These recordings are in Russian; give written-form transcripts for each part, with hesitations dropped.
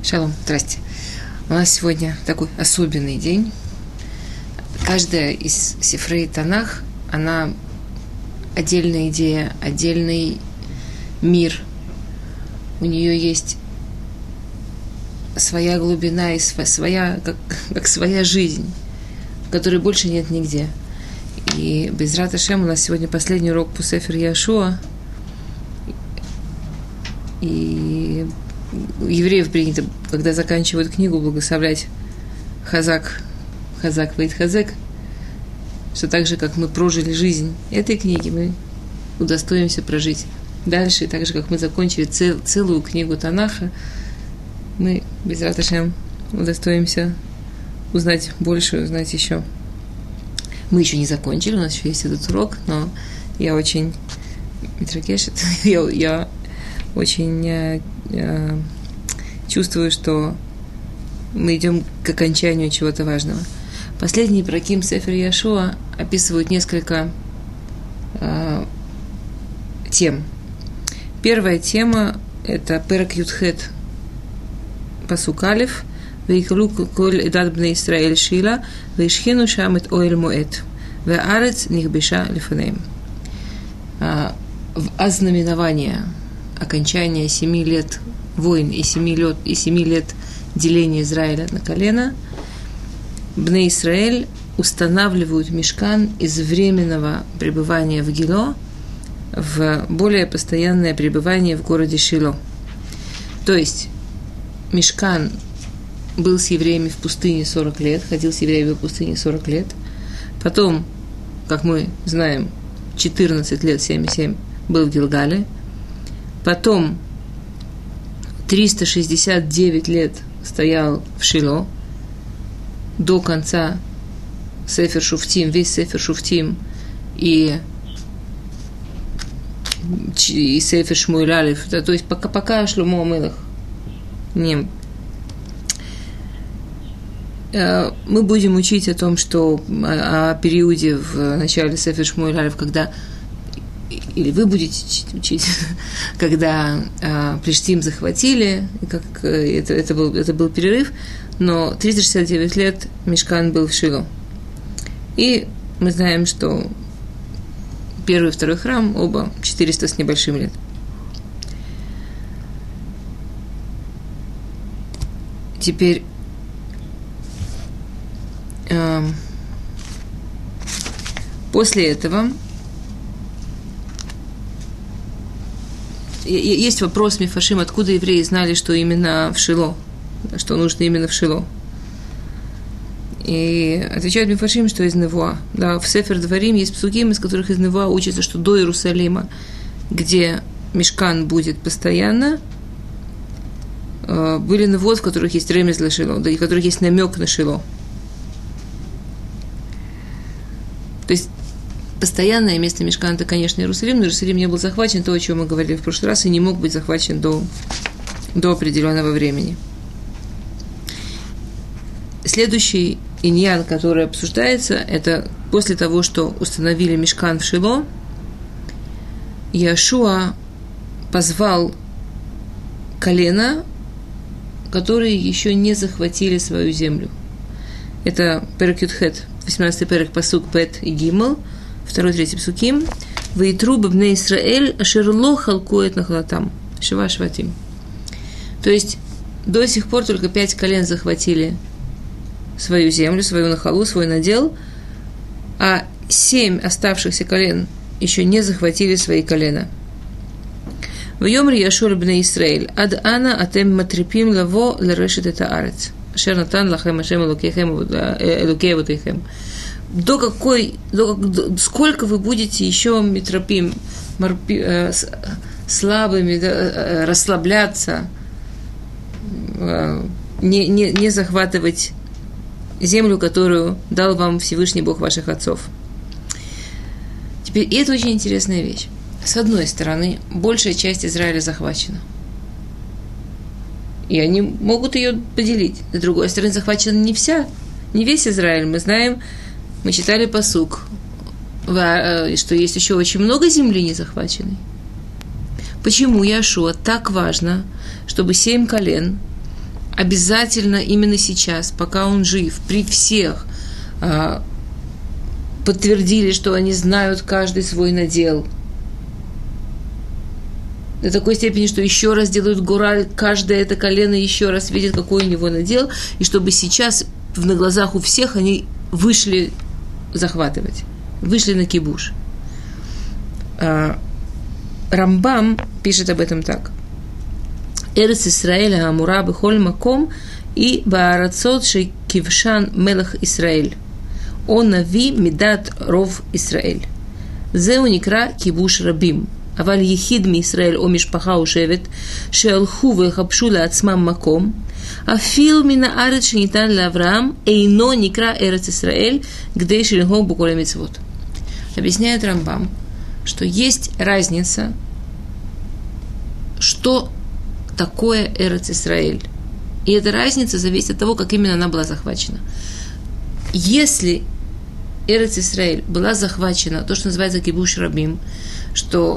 Шалом, здрасте. У нас сегодня такой особенный день. Каждая из сифрей Танах, она отдельная идея, отдельный мир. У нее есть своя глубина и своя, как своя жизнь, которой больше нет нигде. И Безрат Ашем у нас сегодня последний урок по Сефер Яшуа. И у евреев принято, когда заканчивают книгу, благословлять Хазак Вейт Хазек, что так же, как мы прожили жизнь этой книги, мы удостоимся прожить дальше. И так же, как мы закончили целую книгу Танаха, мы, Безрат Ашем, удостоимся узнать больше, узнать еще. Мы еще не закончили, у нас еще есть этот урок, но я очень я очень чувствую, что мы идем к окончанию чего-то важного. Последний праким Сефер Яшуа описывают несколько тем. Первая тема – это Перек Ютхет пасук алеф, ויקראו כל עדת בני ישראל שילה, וישכנו שם את אוהל מועד, והארץ נכבשה לפניהם. В ознаменование окончания 7 лет войн и 7 лет деления Израиля на колено, Бней Исраэль устанавливают мишкан из временного пребывания в Гило в более постоянное пребывание в городе Шило. То есть мишкан был с евреями в пустыне 40 лет, ходил с евреями в пустыне 40 лет. Потом, как мы знаем, 14 лет, 7,7 был в Гилгале. Потом 369 лет стоял в Шило до конца Сефер Шуфтим, весь Сефер Шуфтим и Сефер Шмуэль Алеф. То есть пока Шломо Амелех не... Мы будем учить о том, что о периоде в начале Сефер Шмуэль Алеф, когда, или вы будете учить, когда Плештим захватили, как это был перерыв, но 369 лет мишкан был в Шило. И мы знаем, что первый и второй храм, оба 400 с небольшим лет. Теперь после этого есть вопрос Мифашим, откуда евреи знали, что именно в Шило, что нужно именно в Шило. И отвечают Мифашим, что из Невуа. Да, в Сефер Дварим есть псуким, из которых из Невуа учится, что до Иерусалима, где мишкан будет постоянно, были Невуот, в которых есть ремез для Шило, да, и в которых есть намек на Шило. То есть постоянное место мишкана – это, конечно, Иерусалим, но Иерусалим не был захвачен, то, о чем мы говорили в прошлый раз, и не мог быть захвачен до определенного времени. Следующий иньян, который обсуждается, это после того, что установили мишкан в Шило, Яшуа позвал колена, которые еще не захватили свою землю. Это Перек Ютхет, 18-й перек пасук Бет и Гимл, 2-3 псуким. Вейтру бабней Исраэль ашерло халкует нахлатам. Шива шватим. То есть до сих пор только 5 колен захватили свою землю, свою нахалу, свой надел, а 7 оставшихся колен еще не захватили свои колена. Вьомри Яшуа бней Исраэль ад ана атем матрипим лаво лерешет эта арец. Шернатан лахем ашем элукей авотейхем. Сколько вы будете еще митропим, слабыми, да, расслабляться, не захватывать землю, которую дал вам Всевышний Бог ваших отцов. Теперь, и это очень интересная вещь. С одной стороны, большая часть Израиля захвачена. И они могут ее поделить. С другой стороны, захвачена не весь Израиль. Мы знаем, мы читали пасук, что есть еще очень много земли не захваченной. Почему Яшуа так важно, чтобы 7 колен обязательно именно сейчас, пока он жив, при всех, подтвердили, что они знают каждый свой надел. До такой степени, что еще раз делают гураль, каждое это колено еще раз видит, какой у него надел, и чтобы сейчас на глазах у всех они вышли захватывать, вышли на кибуш. Рамбам пишет об этом так. Эрец Исраэль Амура бехоль маком и баарацот шекившан мелах Исраэль. Он нави медат ров Исраэль. Зеу никра кибуш рабим. אבל יחיד מישראל או משפחה או שבט שהלכו ויחפשו לעצמם מקום, אפילו מן הארץ שניתן לאברהם, אינו נקרא ארץ ישראל, כדי שלנהוג בכל המצוות. Объясняет Рамбам, что есть разница, что такое Эрец Исраэль. И эта разница зависит от того, как именно она была захвачена. Если Эрец Исраэль была захвачена, то, что называется кибуш рабим, что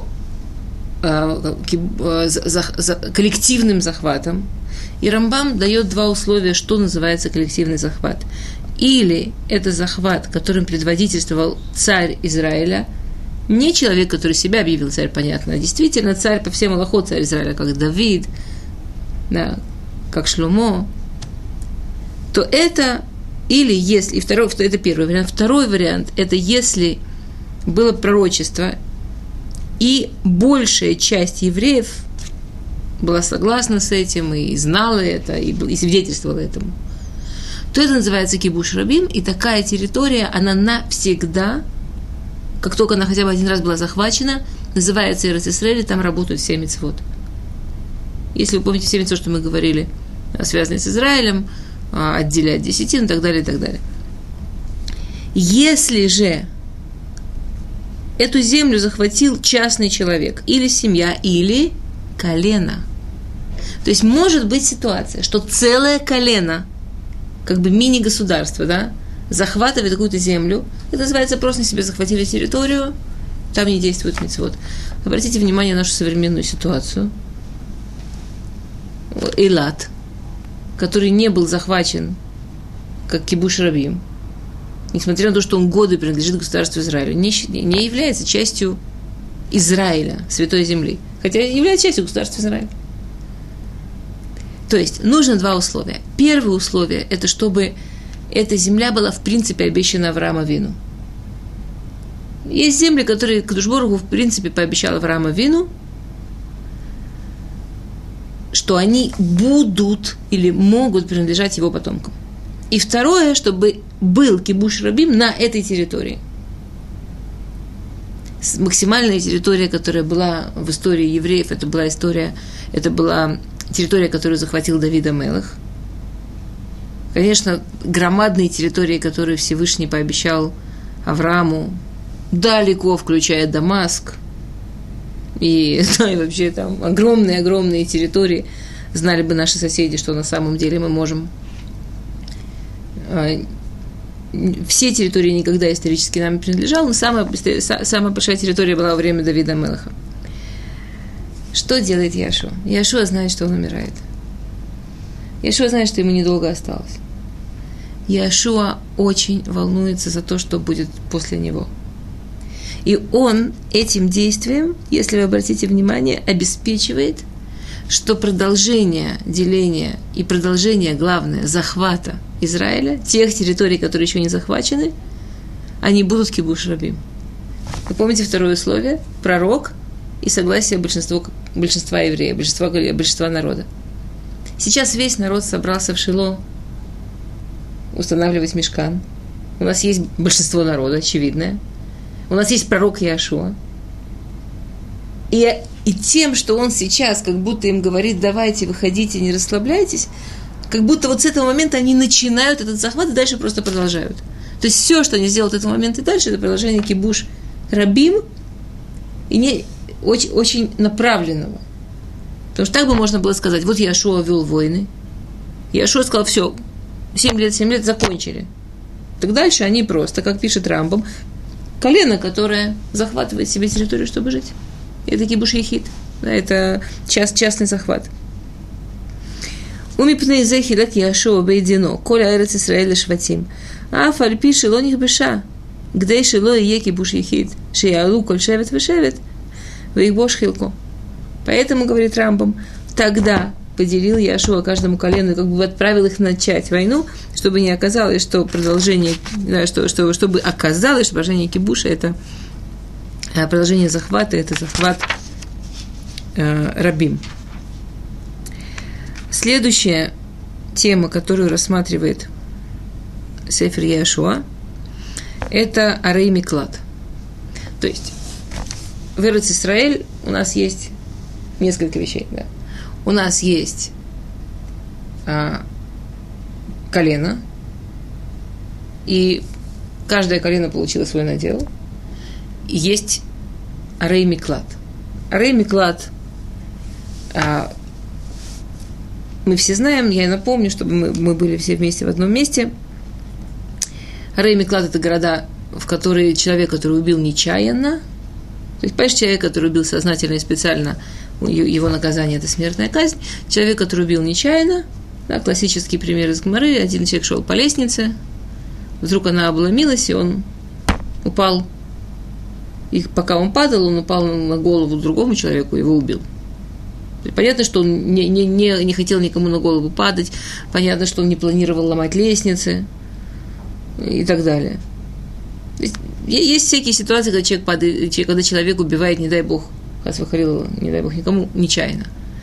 коллективным захватом, и Рамбам дает два условия, что называется коллективный захват. Или это захват, которым предводительствовал царь Израиля, не человек, который себя объявил царь, понятно, а действительно царь по всем алахот, царь Израиля, как Давид, да, как Шломо, то это, или если, и второй, это первый вариант, второй вариант, это если было пророчество, и большая часть евреев была согласна с этим, и знала это, и свидетельствовала этому, то это называется кибуш рабим, и такая территория, она навсегда, как только она хотя бы один раз была захвачена, называется Эрец Исраэль, и там работают все мицвот. Если вы помните все мицвот, что мы говорили, связанные с Израилем, отделять десятину и так далее, и так далее. Если же эту землю захватил частный человек, или семья, или колено, то есть может быть ситуация, что целое колено, как бы мини-государство, да, захватывает какую-то землю, это называется просто на себе захватили территорию, там не действует мицвот. Обратите внимание на нашу современную ситуацию. Эйлат, который не был захвачен как кибуш рабим, несмотря на то, что он годы принадлежит государству Израиля, не является частью Израиля, Святой Земли, хотя является частью государства Израиля. То есть нужно два условия. Первое условие – это чтобы эта земля была в принципе обещана Аврааму Авину. Есть земли, которые Кадош Барух Ху в принципе пообещал Аврааму Авину, что они будут или могут принадлежать его потомкам. И второе, чтобы был кибуш рабим на этой территории. Максимальная территория, которая была в истории евреев, это была территория, которую захватил Давид а-Мелех. Конечно, громадные территории, которые Всевышний пообещал Аврааму, далеко включая Дамаск, и вообще там огромные территории. Знали бы наши соседи, что на самом деле мы можем. Все территории никогда исторически нам не принадлежали, но самая большая территория была во время Давида а-Мелеха. Что делает Яшуа? Яшуа знает, что он умирает. Яшуа знает, что ему недолго осталось. Яшуа очень волнуется за то, что будет после него. И он этим действием, если вы обратите внимание, обеспечивает, что продолжение деления и продолжение, главное, захвата Израиля, тех территорий, которые еще не захвачены, они будут кибуш рабим. Вы помните второе условие? Пророк и согласие большинства евреев, большинства народа. Сейчас весь народ собрался в Шило устанавливать мишкан. У нас есть большинство народа, очевидное. У нас есть пророк Яшуа. И тем, что он сейчас как будто им говорит, давайте, выходите, не расслабляйтесь, как будто вот с этого момента они начинают этот захват и дальше просто продолжают. То есть все, что они сделают в этот момент и дальше, это продолжение кибуш рабим, и не очень, очень направленного. Потому что так бы можно было сказать, вот Яшуа вел войны, Яшуа сказал, все, 7 лет закончили. Так дальше они просто, как пишет Рамбам, колено, которое захватывает себе территорию, чтобы жить. Это кибуш ехид. Да, это частный захват. Умипней зехилак Яшуа бейдино, коля эрец Исраэль шватим. А фальпи шило них беша. Гдей шило и еки буш ехид. Шиялу коль шевет вешевет. Вы их бош хилко. Поэтому, говорит Рамбам, тогда поделил Яшуа каждому колену и как бы отправил их начать войну, чтобы не оказалось, что продолжение, да, чтобы оказалось, что продолжение кибуша – это продолжение захвата, это захват рабим. Следующая тема, которую рассматривает Сефер Яшуа, это Арей Миклат. То есть в Эрец Исраэль у нас есть несколько вещей. Да. У нас есть колено, и каждое колено получило свой надел. И есть Арей Миклат. Арей Миклат мы все знаем, я напомню, чтобы мы были все вместе в одном месте. Арей Миклат – это города, в которые человек, который убил нечаянно, то есть, понимаешь, человек, который убил сознательно и специально, его наказание – это смертная казнь. Человек, который убил нечаянно, да, классический пример из Гемары, один человек шел по лестнице, вдруг она обломилась, и он упал. И пока он падал, он упал на голову другому человеку, его убил. Понятно, что он не хотел никому на голову падать, понятно, что он не планировал ломать лестницы и так далее. Есть всякие ситуации, когда человек падает, когда человек убивает, не дай бог, не дай бог никому, нечаянно.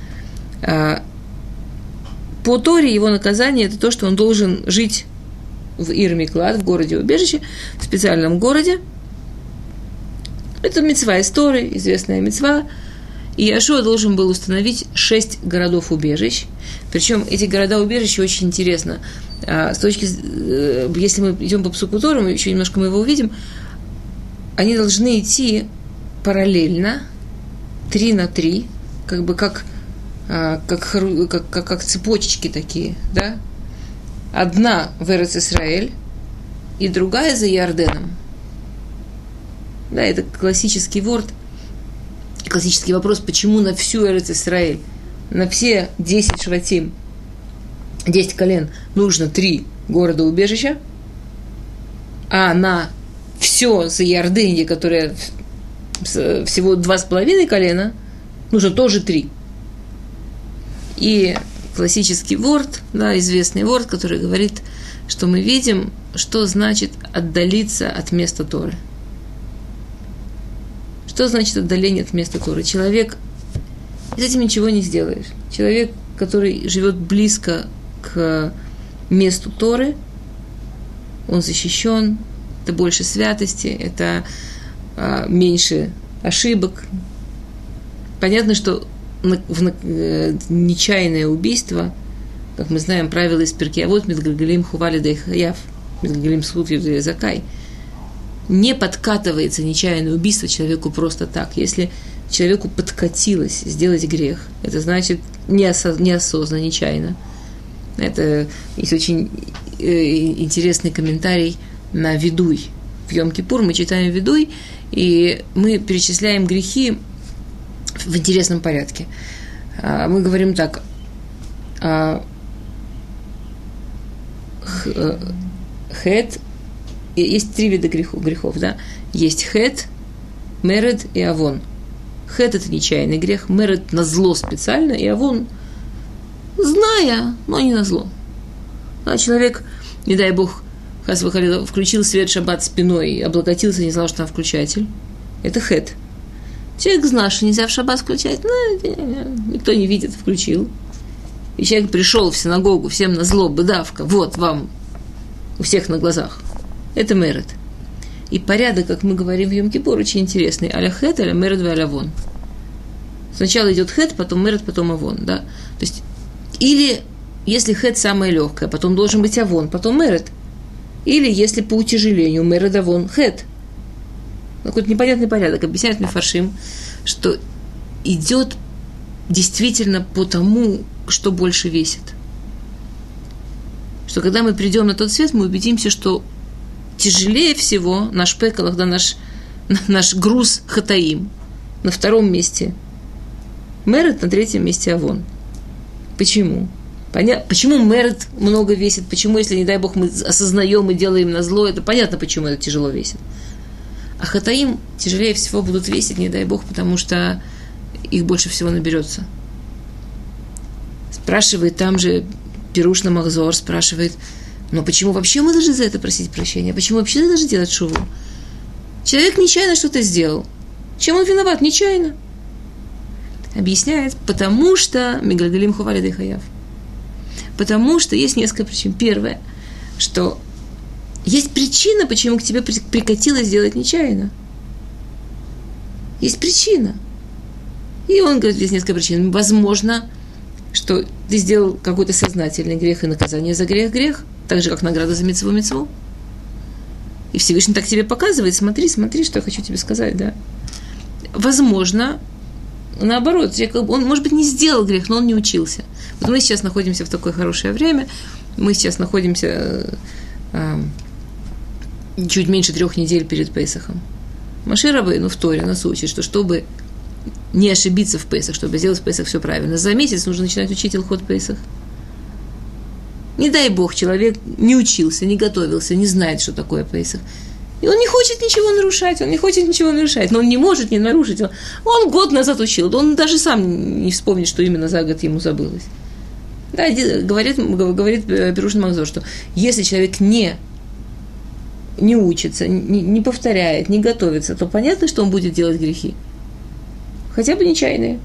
По Торе его наказание – это то, что он должен жить в Ир-Миклат, в городе-убежище, в специальном городе. Это мицва из Торы, известная мицва. И Яшуа должен был установить 6 городов-убежищ. Причем эти города-убежища очень интересно. Если мы идем по псуку Торы, мы еще немножко его увидим, они должны идти параллельно, 3 на 3, как бы как цепочечки такие, да? Одна в Эрец Исраэль и другая за Иорденом. Да, это классический ворд. Классический вопрос, почему на всю Эрец Исраэль, на все 10 шватим, 10 колен нужно 3 города-убежища, а на все за Иорденье, которое всего 2,5 колена, нужно тоже 3. И классический ворд, да, известный ворд, который говорит, что мы видим, что значит отдалиться от места Торы. Что значит отдаление от места Торы? Человек, с этим ничего не сделаешь. Человек, который живет близко к месту Торы, он защищен, это больше святости, это меньше ошибок. Понятно, что нечаянное убийство, как мы знаем, правило из Перкей Авот, Мидгалгалим Хували Дайхаяв, Мидгалгалим Схут Евдея Закай, не подкатывается нечаянное убийство человеку просто так. Если человеку подкатилось сделать грех, это значит неосознанно, нечаянно. Это есть очень интересный комментарий на Видуй. В Йом-Кипур мы читаем Видуй, и мы перечисляем грехи в интересном порядке. Мы говорим так. Хет. Есть 3 вида грехов, да? Есть хет, меред и авон. Хет – это нечаянный грех, меред – назло специально, и авон – зная, но не назло. А человек, не дай бог, включил свет шаббат спиной, облокотился, не знал, что там включатель. Это хет. Человек знал, что нельзя в шаббат включать, но никто не видит, включил. И человек пришел в синагогу, всем назло, быдавка, вот вам, у всех на глазах. Это меред. И порядок, как мы говорим в Йом-Кипур, очень интересный. Аля хет, аля меред, аля авон. Сначала идет хет, потом меред, потом авон. Да? То есть, или если хет самое легкое, потом должен быть авон, потом меред. Или если по утяжелению меред, авон, хет. Какой-то непонятный порядок. Объясняет Мефаршим, что идет действительно по тому, что больше весит. Что когда мы придем на тот свет, мы убедимся, что тяжелее всего наш пекалах, да, наш груз хатаим. На 2 месте меред, на 3 месте авон. Почему? Понятно, почему мерд много весит, почему, если, не дай Бог, мы осознаем и делаем на зло, это понятно, почему это тяжело весит. А хатаим тяжелее всего будут весить, не дай Бог, потому что их больше всего наберется. Спрашивает там же Пируш на Махзор, спрашивает, но почему вообще мы должны за это просить прощения? Почему вообще мы должны делать шуву? Человек нечаянно что-то сделал. Чем он виноват? Нечаянно. Объясняет, потому что Мигалгалим Хували Дехаяв. Потому что есть несколько причин. Первое, что есть причина, почему к тебе прикатилось сделать нечаянно. Есть причина. И он говорит, есть несколько причин. Возможно, что ты сделал какой-то сознательный грех и наказание за грех, так же, как награда за мицву. И Всевышний так тебе показывает, смотри, что я хочу тебе сказать, да. Возможно, наоборот, он, может быть, не сделал грех, но он не учился. Вот мы сейчас находимся в такое хорошее время, мы сейчас находимся чуть меньше 3 недель перед Песахом. Моше Рабейну в Торе нас учит, что чтобы не ошибиться в Песах, чтобы сделать в Песах все правильно, за месяц нужно начинать учить Илхот Песах. Не дай Бог, человек не учился, не готовился, не знает, что такое Песах. И он не хочет ничего нарушать, но он не может не нарушить. Он год назад учил, он даже сам не вспомнит, что именно за год ему забылось. Да, говорит Пируш на Махзор, что если человек не учится, не повторяет, не готовится, то понятно, что он будет делать грехи. Хотя бы нечаянные.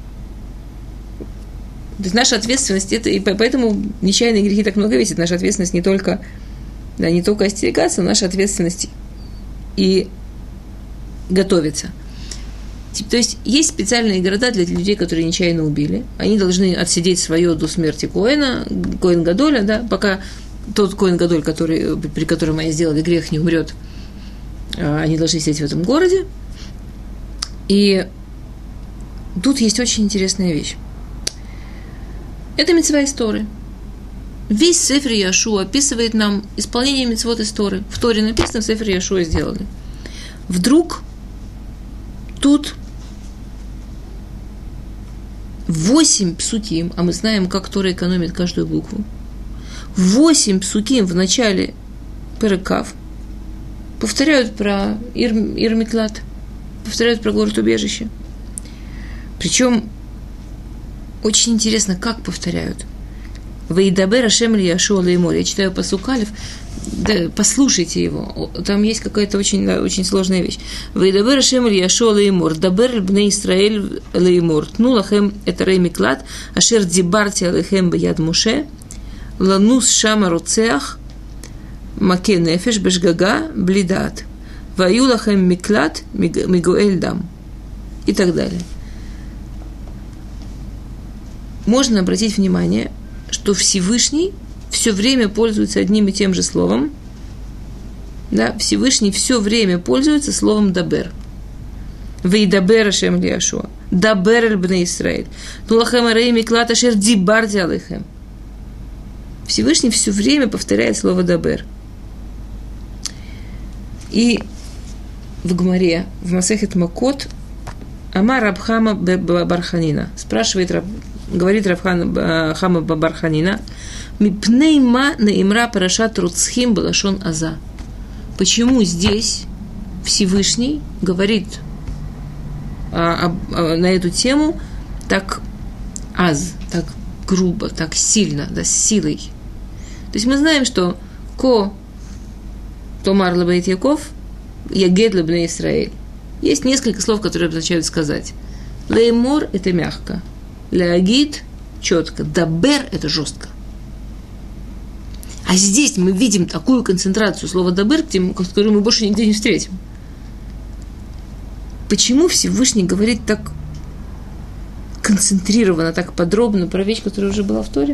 То есть наша ответственность, это, и поэтому нечаянные грехи так много весят. Наша ответственность не только остерегаться, наша ответственность и готовиться. То есть есть специальные города для людей, которые нечаянно убили. Они должны отсидеть свое до смерти Коэн Гадоля, да, пока тот Коэн Гадоль, при котором они сделали грех, не умрет. Они должны сидеть в этом городе. И тут есть очень интересная вещь. Это мицва из Торы. Весь Сефер Яшуа описывает нам исполнение мицвот из Торы. В Торе написано, в Сефер Яшуа сделали. Вдруг тут 8 псуким, а мы знаем, как Тора экономит каждую букву. 8 псуким в начале Перекав повторяют про Ир-Миклат, повторяют про город-убежище. Причем очень интересно, как повторяют. «Ваидабер Ашем эль Яшуа леймор». Я читаю пасук алеф, да, послушайте его. Там есть какая-то очень сложная вещь. «Ваидабер Ашем эль Яшуа леймор. Дабер эль бней Исраэль леймор. Тну лахем этарей миклат. Ашер дибарти алейхем бияд Моше. Ланус шама роцеах. Маке нефеш бешгага блидат. Ваю лахем миклат мигуэль дам». И так далее. Можно обратить внимание, что Всевышний все время пользуется одним и тем же словом. Да, Всевышний все время пользуется словом «дабер». «Вейдабер Ашем эль Яшуа». «Дабер эль бней Исраэль». «Нулахем арей миклат ашер дибарти алейхем». Всевышний все время повторяет слово «дабер». И в Гмаре, в Масехет Макот, Амар Раб Хама бар Ханина говорит Раб Хама бар Ханина, «Мипней ма наимра парашат руцхим балашон аза». Почему здесь Всевышний говорит на эту тему так так грубо, так сильно, да, с силой? То есть мы знаем, что «Ко томар лабейт Яков, ягед лабней Исраэль». Есть несколько слов, которые означают сказать. Леймор – это мягко. Леагид – четко. Дабер – это жестко. А здесь мы видим такую концентрацию слова дабер, которую мы больше нигде не встретим. Почему Всевышний говорит так концентрированно, так подробно про вещь, которая уже была в Торе?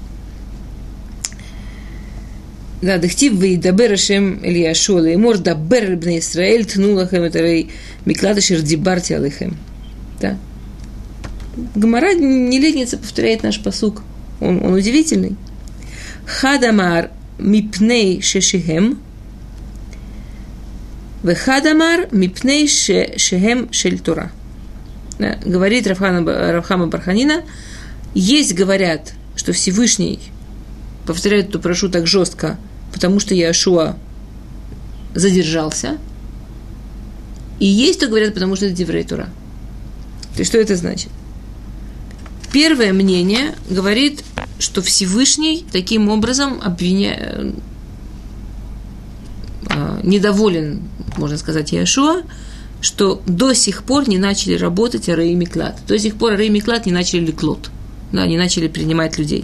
Да, дыхтив вейдабер Ашем эль Яшуа леймор дабер эль бней Исраэль тну лахем этарей миклат ашер дибарти алейхем. Да. Гемара не ленится, повторяет наш пасук. Он удивительный. Хадамар мипней шешихем вехадамар мипней шехем шель Тора. Говорит Рав Хама бар Ханина, есть, говорят, что Всевышний повторяет эту прошу так жестко, потому что Яшуа задержался. И есть, кто говорят, потому что это Деврей Тора. То есть, что это значит? Первое мнение говорит, что Всевышний таким образом недоволен, можно сказать, Яшуа, что до сих пор не начали работать Арей Миклат. До сих пор Арей Миклат не начали ликлот, да, не начали принимать людей.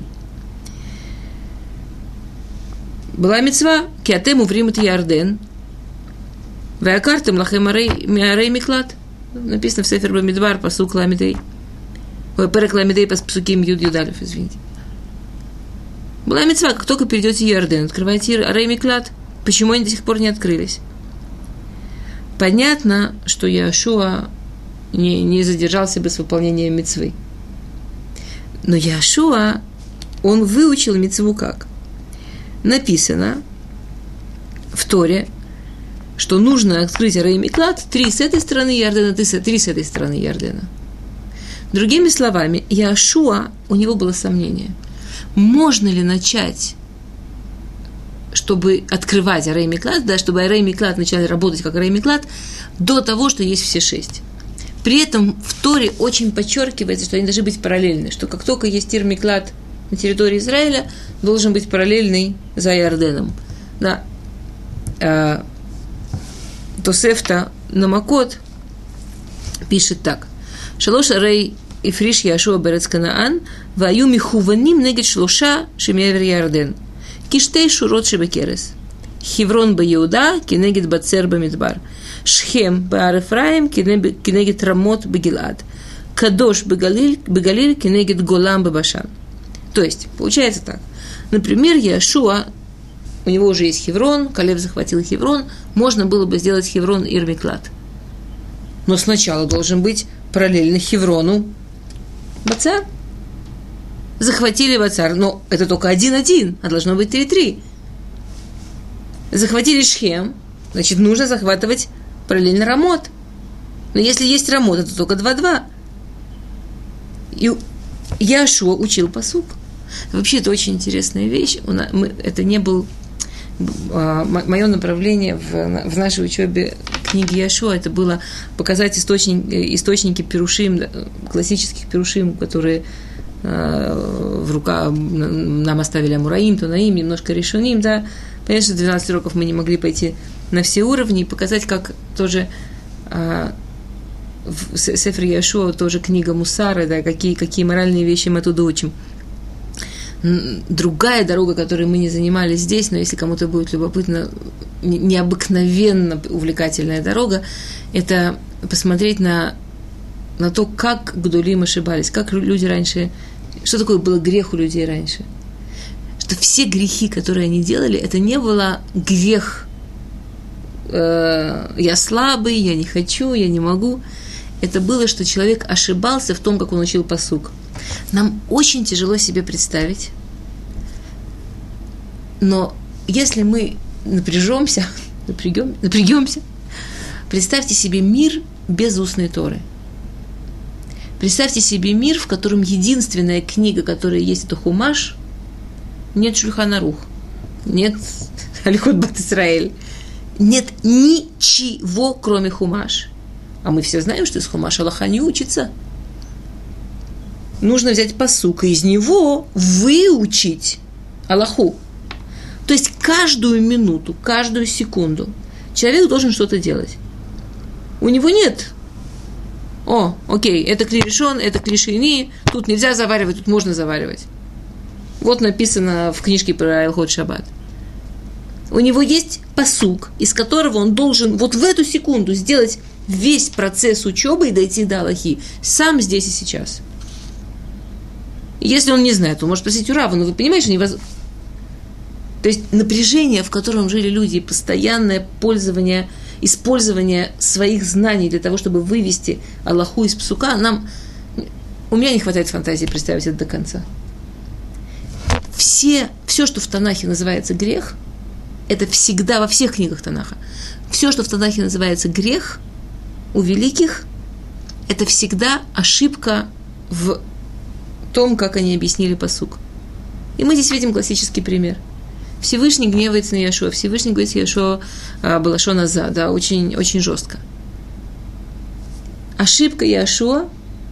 Была мицва, киатем уврим это Ярден, веакартем лахем Арей Миклат. Написано в Сефер Бамидбар, пасук ламидей. Перек ламидей по псуким Юд Юдалев, извините. Была мицва, как только перейдете Ярден, открывайте Арей Миклат. Почему они до сих пор не открылись? Понятно, что Яшуа не задержался бы с выполнением мицвы. Но Яшуа, он выучил мицву как? Написано в Торе, что нужно открыть Арей Миклат 3 с этой стороны Ярдена, 3 с этой стороны Ярдена. Другими словами, Яшуа, у него было сомнение, можно ли начать, чтобы открывать Арей Миклат, да, чтобы Арей Миклат начали работать как Арей Миклат, до того, что есть все 6. При этом в Торе очень подчеркивается, что они должны быть параллельны, что как только есть Ир Миклат на территории Израиля, должен быть параллельный за Ярденом. Да. Тосефта Намакот пишет так. Шалош Арей Ифриш Яшуа Берец Канаан ваю михуваним негет шлоша шемевер Ярден. Киштей шурот шебекерес. Хеврон беюда кенегет бацер бамидбар. Шхем баар Эфраим кенегет рамот бегилад. Кадош бегалиль кенегет голам бебашан. То есть, получается так. Например, Яшуа, у него уже есть Хеврон, Калеб захватил Хеврон, можно было бы сделать Хеврон Ир Миклат. Но сначала должен быть параллельно Хеврону Бацар. Захватили Бацар, но это только 1-1, а должно быть 3-3. Захватили Шхем, значит, нужно захватывать параллельно Рамот. Но если есть Рамот, это только 2-2. И Яшуа учил пасук. Вообще, это очень интересная вещь. Это не был мое направление в нашей учебе книги Яшуа. Это было показать источники перушим, классических перушим, которые в руках нам оставили Амураим, Тонаим, немножко Решуним, да. Понятно, что 12 уроков мы не могли пойти на все уровни и показать, как тоже в Сефер Яшуа тоже книга Мусара, да, какие моральные вещи мы оттуда учим. Другая дорога, которой мы не занимались здесь, но если кому-то будет любопытно, необыкновенно увлекательная дорога, это посмотреть на то, как Гдулим ошибались, как люди раньше, что такое был грех у людей раньше. Что все грехи, которые они делали, это не было грех «я слабый, я не хочу, я не могу». Это было, что человек ошибался в том, как он учил пасук. Нам очень тяжело себе представить, но если мы напрягемся, представьте себе мир без устной Торы. Представьте себе мир, в котором единственная книга, которая есть, это Хумаш, нет Шульхан Арух, нет Алихот Бат Исраэль, нет ничего, кроме Хумаш. А мы все знаем, что из Хумаша Аллаха не учится. Нужно взять пасук и из него выучить Аллаху. То есть каждую минуту, каждую секунду человек должен что-то делать. У него нет окей, это кли решон, это кли шейни, тут нельзя заваривать, тут можно заваривать. Вот написано в книжке про Элхот Шаббат. У него есть пасук, из которого он должен вот в эту секунду сделать весь процесс учебы и дойти до Аллахи. Сам здесь и сейчас. Если он не знает, он может спросить у Рава, но вы понимаете, невозможно. То есть напряжение, в котором жили люди, постоянное использование своих знаний для того, чтобы вывести Аллаху из псука, у меня не хватает фантазии представить это до конца. Все, что в Танахе называется грех, это всегда во всех книгах Танаха. Все, что в Танахе называется грех, у великих, это всегда ошибка в том, как они объяснили пасук. И мы здесь видим классический пример. Всевышний гневается на Яшуа, Всевышний говорит Яшуа балашон аза, да, очень, очень жестко. Ошибка Яшуа,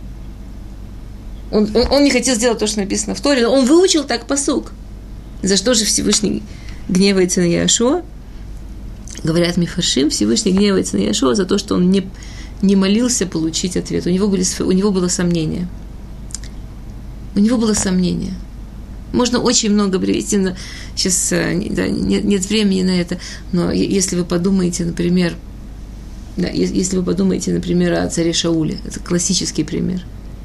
он не хотел сделать то, что написано в Торе, но он выучил так пасук. За что же Всевышний гневается на Яшуа? Говорят мифаршим, Всевышний гневается на Яшуа за то, что он не молился получить ответ. У него было сомнение. У него было сомнение. Можно очень много привести, но сейчас да, нет времени на это, но если вы подумаете, например, о царе Шауле, это классический пример.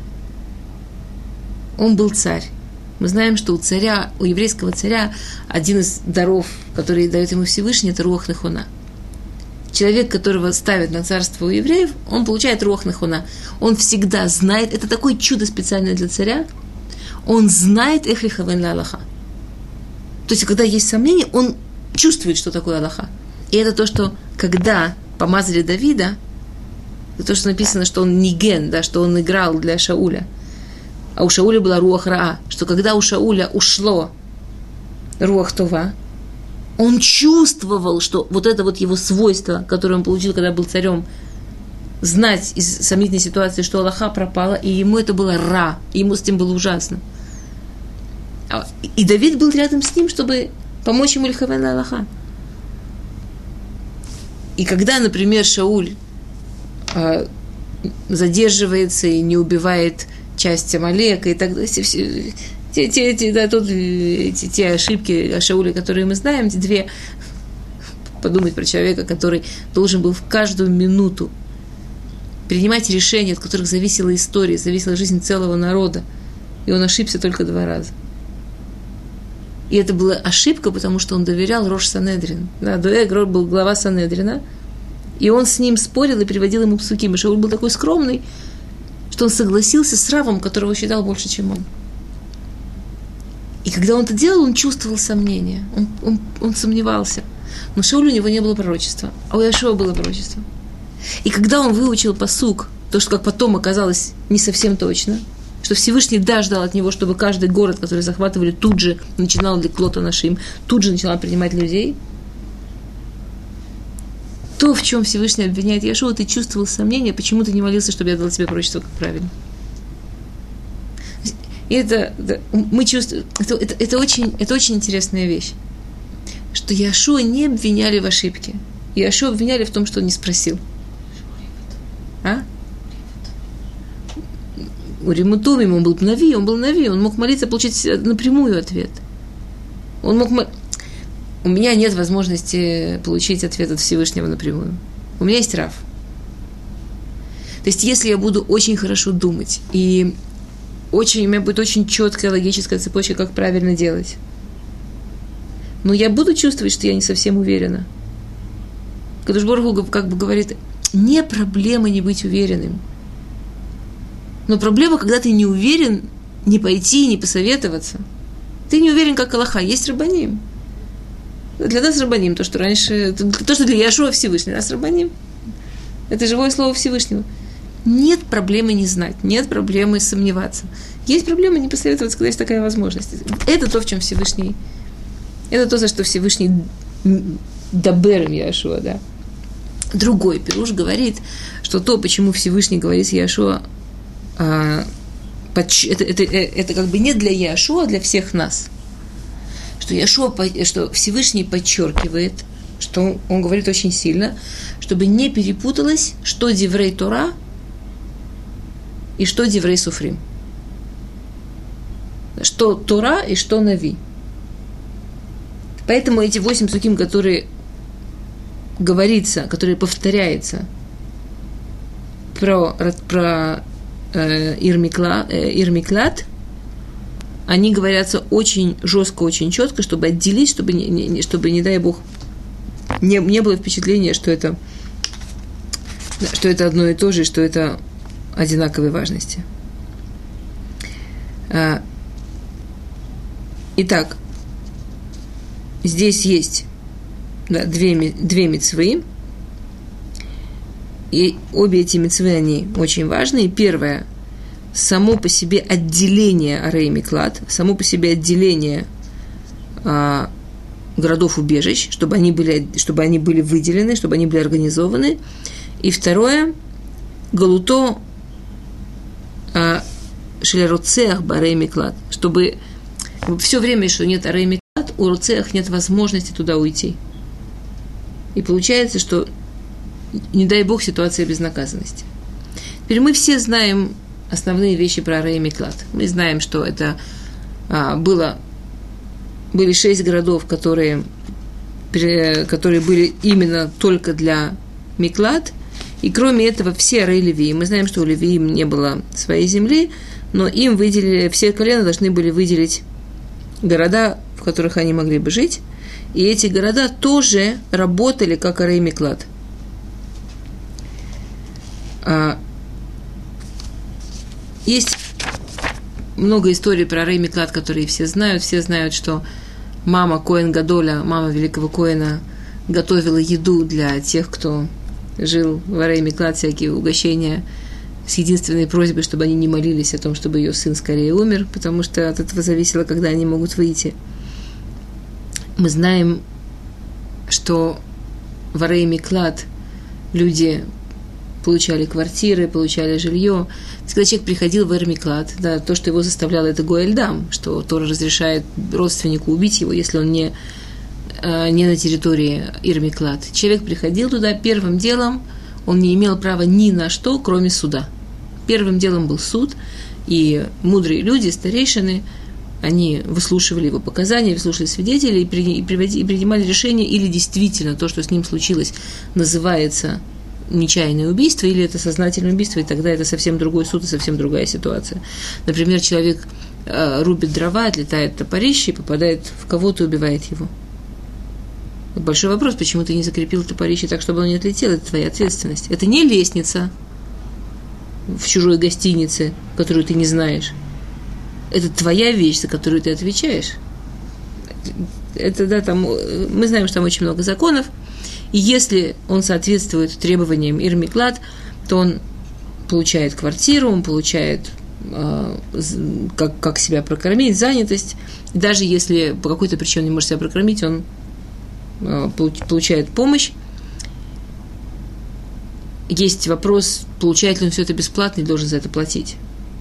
Он был царь. Мы знаем, что у еврейского царя, один из даров, который дает ему Всевышний, это руах нехуна. Человек, которого ставят на царство у евреев, он получает руах нехуна. Он всегда знает, это такое чудо специальное для царя, он знает эхли хавен ла аллаха. То есть, когда есть сомнения, он чувствует, что такое аллаха. И это то, что когда помазали Давида, это то, что написано, что он ниген, да, что он играл для Шауля. А у Шауля была руах раа, что когда у Шауля ушло руах това, он чувствовал, что вот это вот его свойство, которое он получил, когда был царем, знать из сомнительной ситуации, что Аллаха пропала, и ему это было ра, и ему с этим было ужасно. И Давид был рядом с ним, чтобы помочь ему лихавен Аллаха. И когда, например, Шауль задерживается и не убивает часть Амалека, и так далее, те ошибки Шауля, которые мы знаем, эти две, подумать про человека, который должен был в каждую минуту принимать решения, от которых зависела история, зависела жизнь целого народа, и он ошибся только 2 раза. И это была ошибка, потому что он доверял Рош Санедрин. Да, Доэг был глава Санедрина, и он с ним спорил и приводил ему псуким. И Шауль был такой скромный, что он согласился с Равом, которого считал больше, чем он. И когда он это делал, он чувствовал сомнения, он сомневался. Но Шаулю у него не было пророчества, а у Яшуа было пророчество. И когда он выучил пасук, то, что как потом оказалось не совсем точно, что Всевышний ждал от него, чтобы каждый город, который захватывали, тут же начинал леклота нашим, тут же начинал принимать людей, то, в чем Всевышний обвиняет Яшуа, ты чувствовал сомнения, почему ты не молился, чтобы я дал тебе пророчество, как правильно. И это мы чувствуем, это очень интересная вещь, что Яшуа не обвиняли в ошибке. Яшуа обвиняли в том, что он не спросил. У Римутумим он был нави, он мог молиться, получить напрямую ответ. У меня нет возможности получить ответ от Всевышнего напрямую. У меня есть Рав. То есть, если я буду очень хорошо думать, и у меня будет очень четкая логическая цепочка, как правильно делать, но я буду чувствовать, что я не совсем уверена. Кадош Барух Ху как бы говорит, не проблема не быть уверенным. Но проблема, когда ты не уверен, не пойти, не посоветоваться. Ты не уверен, как Аллаха. Есть рабаним. Для нас рабаним, то, что раньше... То, что для Яшуа Всевышний. Нас рабаним. Это живое слово Всевышнего. Нет проблемы не знать. Нет проблемы сомневаться. Есть проблема не посоветоваться, когда есть такая возможность. Это то, в чем Всевышний... Это то, за что Всевышний даберем Яшуа, да. Другой пируш говорит, что то, почему Всевышний говорит Яшуа, это как бы не для Яшуа, а для всех нас. Что Всевышний подчеркивает, что он говорит очень сильно, чтобы не перепуталось, что Деврей Тора и что Деврей Суфрим. Что Тора и что Нави. Поэтому эти 8 псуким, которые говорится, которые повторяются про Ирмиклад, они говорятся очень жестко, очень четко, чтобы отделить, чтобы, не дай Бог, не было впечатления, что это одно и то же, что это одинаковой важности. Итак, здесь есть две мицвы, и обе эти мицвы, они очень важны. И первое, само по себе отделение Арей Миклат, само по себе отделение городов-убежищ, чтобы они были выделены, чтобы они были организованы. И второе, галуто шелеруцеах барей миклат, чтобы все время, что нет арей миклат, у руцеах нет возможности туда уйти. И получается, что, не дай Бог, ситуация безнаказанности. Теперь мы все знаем основные вещи про арей миклат. Мы знаем, что это были 6 городов, которые были именно только для миклат. И кроме этого, все арей левиим. Мы знаем, что у левиим не было своей земли, но им выделили, все колена должны были выделить города, в которых они могли бы жить. И эти города тоже работали как арей миклат. Есть много историй про арей миклат, которые все знают. Все знают, что мама Коэн Гадоля, мама великого Коэна, готовила еду для тех, кто жил в арей миклат, всякие угощения, с единственной просьбой, чтобы они не молились о том, чтобы ее сын скорее умер, потому что от этого зависело, когда они могут выйти. Мы знаем, что в арей миклат люди получали квартиры, получали жилье. Когда человек приходил в арей миклат, да, то, что его заставляло, это гоэльдам, что Тора разрешает родственнику убить его, если он не на территории ир миклат. Человек приходил туда, первым делом он не имел права ни на что, кроме суда. Первым делом был суд, и мудрые люди, старейшины, они выслушивали его показания, выслушивали свидетелей и принимали решение, или действительно то, что с ним случилось, называется нечаянное убийство, или это сознательное убийство, и тогда это совсем другой суд и совсем другая ситуация. Например, человек рубит дрова, отлетает топорище и попадает в кого-то и убивает его. Большой вопрос, почему ты не закрепил топорище так, чтобы оно не отлетело, это твоя ответственность. Это не лестница в чужой гостинице, которую ты не знаешь. Это твоя вещь, за которую ты отвечаешь. Это, да, там, мы знаем, что там очень много законов, и если он соответствует требованиям ир миклат, то он получает квартиру, он получает как себя прокормить, занятость. И даже если по какой-то причине не может себя прокормить, он получает помощь. Есть вопрос, получает ли он все это бесплатно и должен за это платить.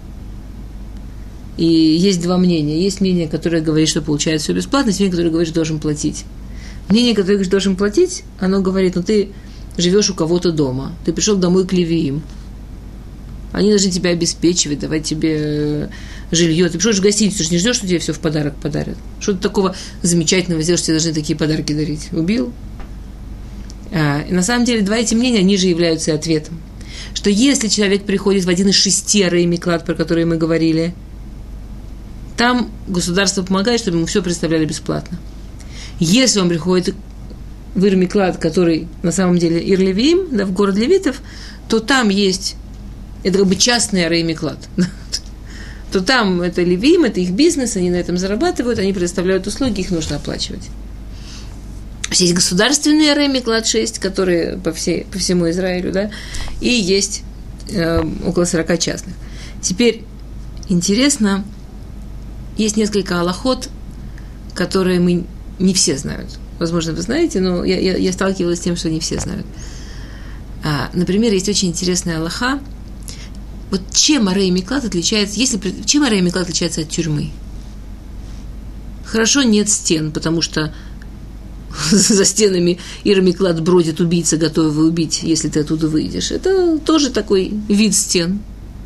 И есть два мнения. Есть мнение, которое говорит, что получает все бесплатно, есть мнение, которое говорит, что должен платить. Мнение, которое говорит, что должен платить, оно говорит, ты живешь у кого-то дома, ты пришел домой к левиим, они должны тебя обеспечивать, давать тебе жилье. Ты приходишь в гостиницу, ты же не ждешь, что тебе все в подарок подарят. Что-то такого замечательного сделать, что тебе должны такие подарки дарить. Убил? И на самом деле, два эти мнения, они же являются ответом. Что если человек приходит в один из 6 арей миклат, про которые мы говорили, там государство помогает, чтобы ему все представляли бесплатно. Если он приходит в ир миклат, который на самом деле ир левиим, да, в город левитов, то там есть, это как бы частный арей миклат, то там это левиим, это их бизнес, они на этом зарабатывают, они предоставляют услуги, их нужно оплачивать. Есть государственные арей миклат 6, которые по всему Израилю, да, и есть около 40 частных. Теперь интересно, есть несколько алахот, которые мы не все знают. Возможно, вы знаете, но я сталкивалась с тем, что не все знают. Например, есть очень интересная алаха. Вот чем арей миклат отличается, чем арей миклат отличается от тюрьмы? Хорошо, нет стен, потому что за стенами ир миклат бродит убийца, готовый убить, если ты оттуда выйдешь. Это тоже такой вид стен.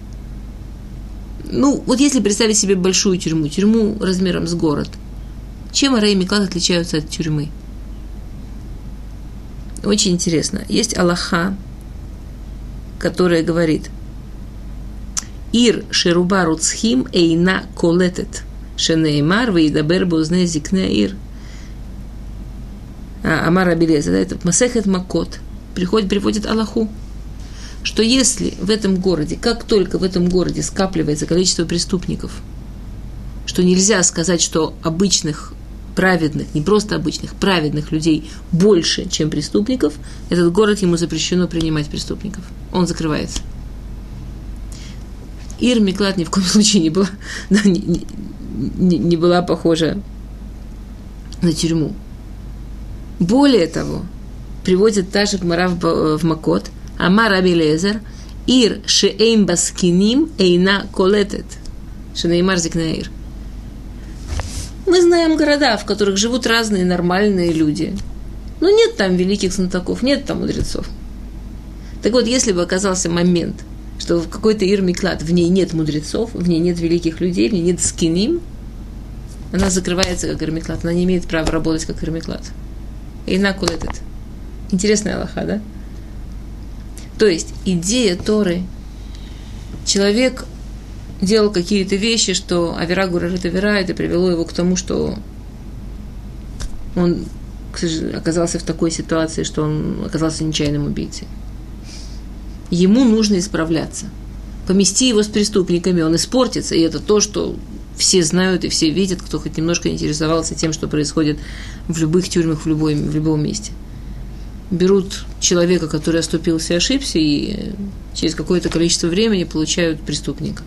Вот если представить себе большую тюрьму размером с город, чем арей миклат отличаются от тюрьмы? Очень интересно. Есть алаха, которая говорит: Ир шеруба руцхим эйна колетет шенеймар вейдабер бозне зикне ир. Амар Абелеза, да, это Масехет Макот, приводит алаху, что если в этом городе, как только в этом городе скапливается количество преступников, что нельзя сказать, что обычных, праведных, не просто обычных, праведных людей больше, чем преступников, этот город ему запрещено принимать преступников. Он закрывается. Ир Миклат ни в коем случае не была, не была похожа на тюрьму. Более того, приводит та же Гмара в Макот, Амар Раби Элиэзер, Ир шеэйм баскиним эйна колетет. Шенеймар зикнаир. Мы знаем города, в которых живут разные нормальные люди. Но нет там великих знатоков, нет там мудрецов. Так вот, если бы оказался момент, что в какой-то Ир Миклат в ней нет мудрецов, в ней нет великих людей, в ней нет скиним, она закрывается как Ир Миклат, она не имеет права работать как Ир Миклат. Эйна колетет. Интересная алаха, да? То есть идея Торы, человек делал какие-то вещи, что авера гурарит авера, это привело его к тому, что он оказался в такой ситуации, что он оказался нечаянным убийцей. Ему нужно исправляться. Помести его с преступниками, он испортится, и это то, что все знают и все видят, кто хоть немножко интересовался тем, что происходит в любых тюрьмах, в любом месте. Берут человека, который оступился и ошибся, и через какое-то количество времени получают преступника.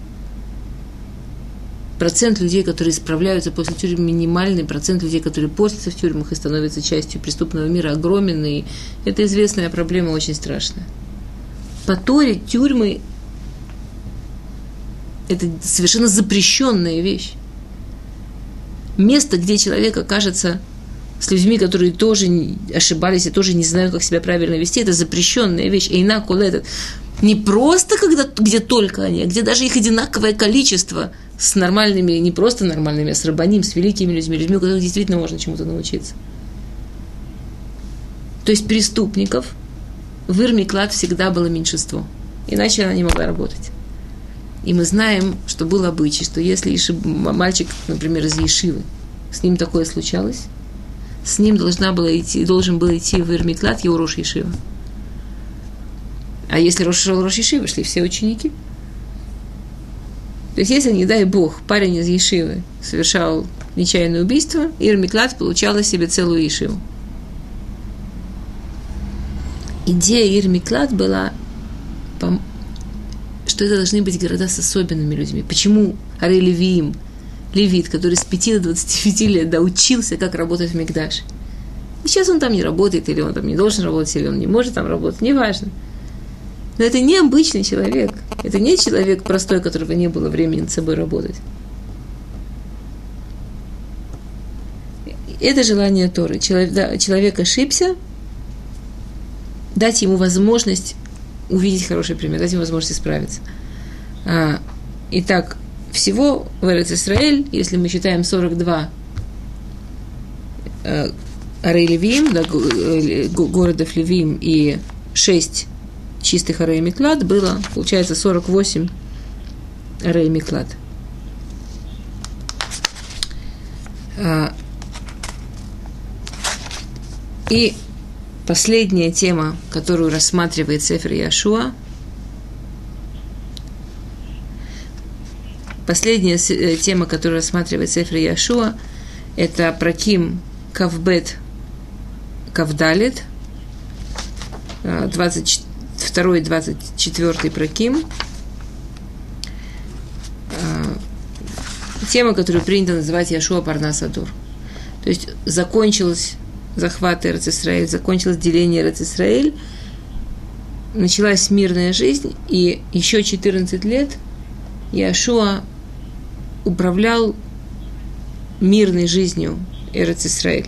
Процент людей, которые исправляются после тюрьмы, минимальный. Процент людей, которые портятся в тюрьмах и становятся частью преступного мира, огромен. И это известная проблема, очень страшная. По Торе тюрьмы – это совершенно запрещенная вещь. Место, где человек окажется с людьми, которые тоже ошибались и тоже не знают, как себя правильно вести, это запрещенная вещь. Эйна колетет. Не просто где только они, а где даже их одинаковое количество с нормальными, не просто нормальными, а с рабаним, с великими людьми, у которых действительно можно чему-то научиться. То есть преступников в Ир Миклат всегда было меньшинство. Иначе она не могла работать. И мы знаем, что был обычай, что если мальчик, например, из Ешивы, с ним такое случалось, с ним должен был идти в Ир Миклат его рош Ешива. А если рош Ешивы, шли все ученики. То есть, если, не дай Бог, парень из Ешивы совершал нечаянное убийство, Ир Миклат получала себе целую Ешиву. Идея Ир Миклат была, что это должны быть города с особенными людьми. Почему Арей Левиим, левит, который с 5 до 25 лет доучился, как работать в Микдаше. И сейчас он там не работает, или он там не должен работать, или он не может там работать, неважно. Но это не обычный человек. Это не человек простой, у которого не было времени над собой работать. Это желание Торы. Человек ошибся, дать ему возможность увидеть хороший пример, дать ему возможность исправиться. Итак, всего в Эрец-Исраэль, если мы считаем 42 Арей Левиим, да, городов Левиим, и 6 чистых Арей Миклат, было, получается, 48 Арей Миклат. И последняя тема, которую рассматривает Сефер Яшуа, последняя тема, которую рассматривает Сефер Яшуа, это Праким Кавбет Кавдалит, 22 и 24 Праким. Тема, которую принято называть Яшуа Парнас Адор. То есть закончилась захват Эрец-Исраэль, закончилось деление Эрец-Исраэль, началась мирная жизнь, и еще 14 лет Яшуа управлял мирной жизнью Эрец-Исраэль.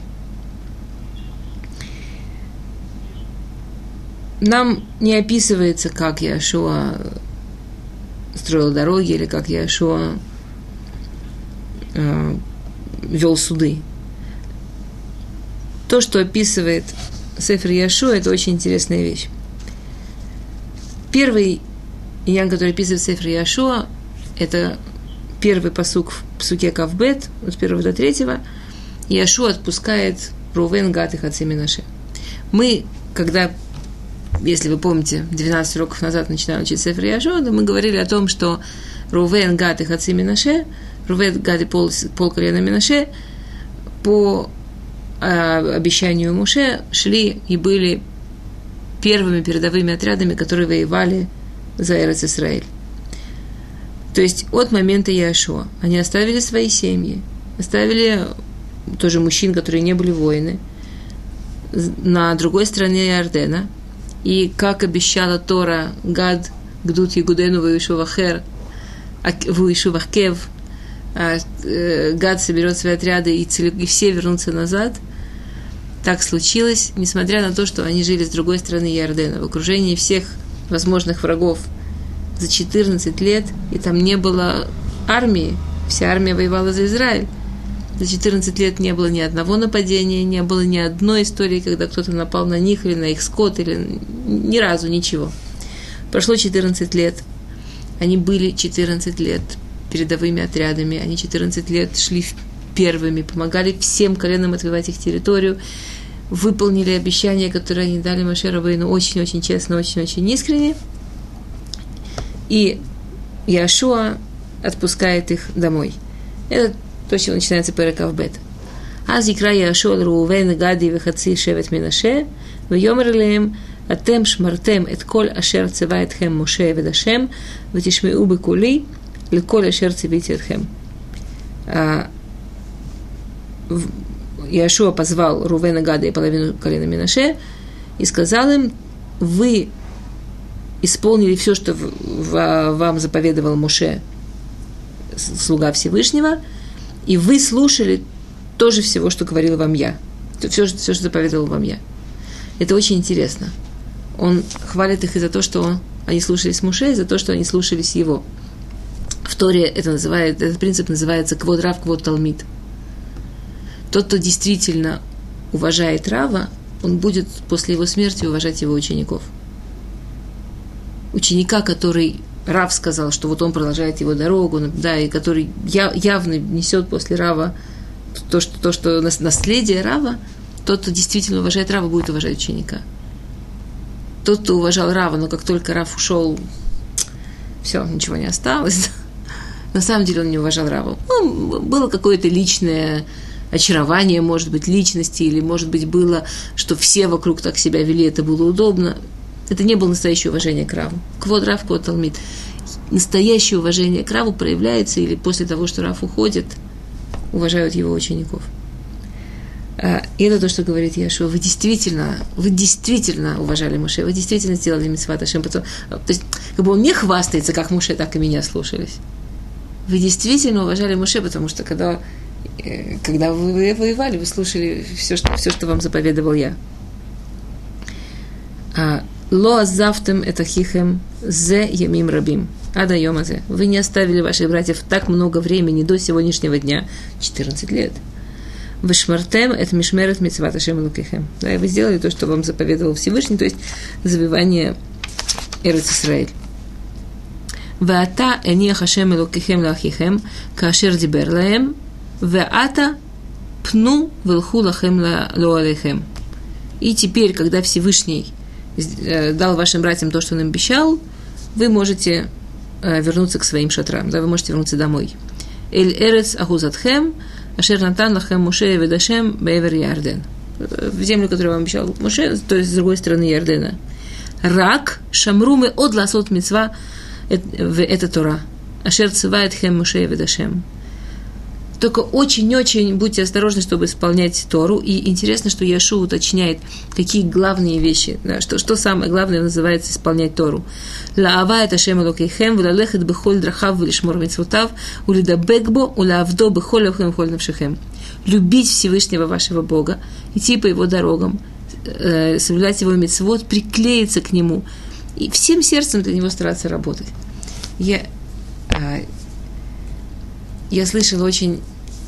Нам не описывается, как Яшуа строил дороги, или как Яшуа вел суды. То, что описывает Сефер Яшуа, это очень интересная вещь. Первый иньян, который описывает Сефер Яшуа, это первый пасук в псуке Кавбет, от 1 до 3. Яшуа отпускает Рувен, Гад и Хаци Менаше. Мы, когда, если вы помните, 12 уроков назад начинали учить Сефер Яшуа, мы говорили о том, что Рувен, Гад и Хаци Менаше, Рувен, Гад и пол колена Менаше, по обещанию Моше шли и были первыми передовыми отрядами, которые воевали за Эрец-Исраэль. То есть от момента Иошуа они оставили свои семьи, оставили тоже мужчин, которые не были воины, на другой стороне Иордена. И как обещала Тора, Гад, Гдут Ягудену, Ваишувахер, Ваишувахкев, Гад соберет свои отряды и все вернутся назад. Так случилось, несмотря на то, что они жили с другой стороны Иордена, в окружении всех возможных врагов за 14 лет, и там не было армии, вся армия воевала за Израиль. За 14 лет не было ни одного нападения, не было ни одной истории, когда кто-то напал на них или на их скот, или ни разу ничего. Прошло 14 лет, они были 14 лет передовыми отрядами, они 14 лет шли первыми, помогали всем коленам отвоевать их территорию, выполнили обещания, которые они дали Моше Рабейну очень-очень честно, очень-очень искренне. И Иошуа отпускает их домой. Это то, с чего начинается перек Авбет. אז יקרא יהושע לראובן גדי וחצי שבט מנשה, ויאמר אליהם, אתם שמרתם את כל אשר צווה אתכם משה עבד השם, ותשמעו בקולי לכל אשר ציוויתי אתכם. Иошуа позвал Рувена, Гада и половину колена Менаше и сказал им: вы исполнили все, что вам заповедовал Моше, слуга Всевышнего, и вы слушали тоже всего, что говорил вам я. Все, что заповедовал вам я. Это очень интересно. Он хвалит их и за то, что они слушались Моше, и за то, что они слушались его. В Торе этот принцип называется квод рав, квод талмид. Тот, кто действительно уважает рава, он будет после его смерти уважать его учеников. Ученика, который рав сказал, что вот он продолжает его дорогу, да, и который явно несет после рава то, что наследие рава, тот, кто действительно уважает рава, будет уважать ученика. Тот, кто уважал рава, но как только рав ушел, все, ничего не осталось. На самом деле он не уважал рава. Было какое-то личное очарование, может быть, личности, или, может быть, было, что все вокруг так себя вели, это было удобно. Это не было настоящее уважение к раву. Квод рав, квод талмид. Настоящее уважение к раву проявляется, или после того, что рав уходит, уважают его учеников. И это то, что говорит Иошуа. Вы действительно уважали Моше, вы действительно сделали мицват Ашем. То есть, как бы он не хвастается, как Моше, так и меня слушались. Вы действительно уважали Моше, потому что когда вы воевали, вы слушали все, что вам заповедовал я. Ло азавтем это хихем зе ямим рабим. Ада йомазе. Вы не оставили ваших братьев так много времени до сегодняшнего дня, 14 лет. Вышмартем это мишмерет мицват Ашем элокехем. Да, и вы сделали то, что вам заповедовал Всевышний, то есть завоевание Эрец Исраэль. Ваата эниах Ашем элокехем лахихем, каашер дибер лаем, ваата пну велху лахем лоалехем. И теперь, когда Всевышний дал вашим братьям то, что он им обещал, вы можете вернуться к своим шатрам, да, вы можете вернуться домой. Эль эрец ахузатхем, ашер натан лахем Моше ведашем бейвер Ярден. В землю, которую вам обещал Моше, то есть с другой стороны Ярдена. Рак шамрумы от ласот мицва это Тора. Ашер цивает хем Моше ведашем. Только очень-очень будьте осторожны, чтобы исполнять Тору. И интересно, что Иошуа уточняет, какие главные вещи, да, что самое главное называется исполнять Тору. «Лаава это Ашем элокейхем, в'лалехет б'холь драхав в'лишмор мицвотав, улидабек бо, улаавдо б'холь лавхем холь навшихем». Любить Всевышнего вашего Бога, идти по его дорогам, соблюдать его мицвот, приклеиться к нему и всем сердцем для него стараться работать. Я слышала очень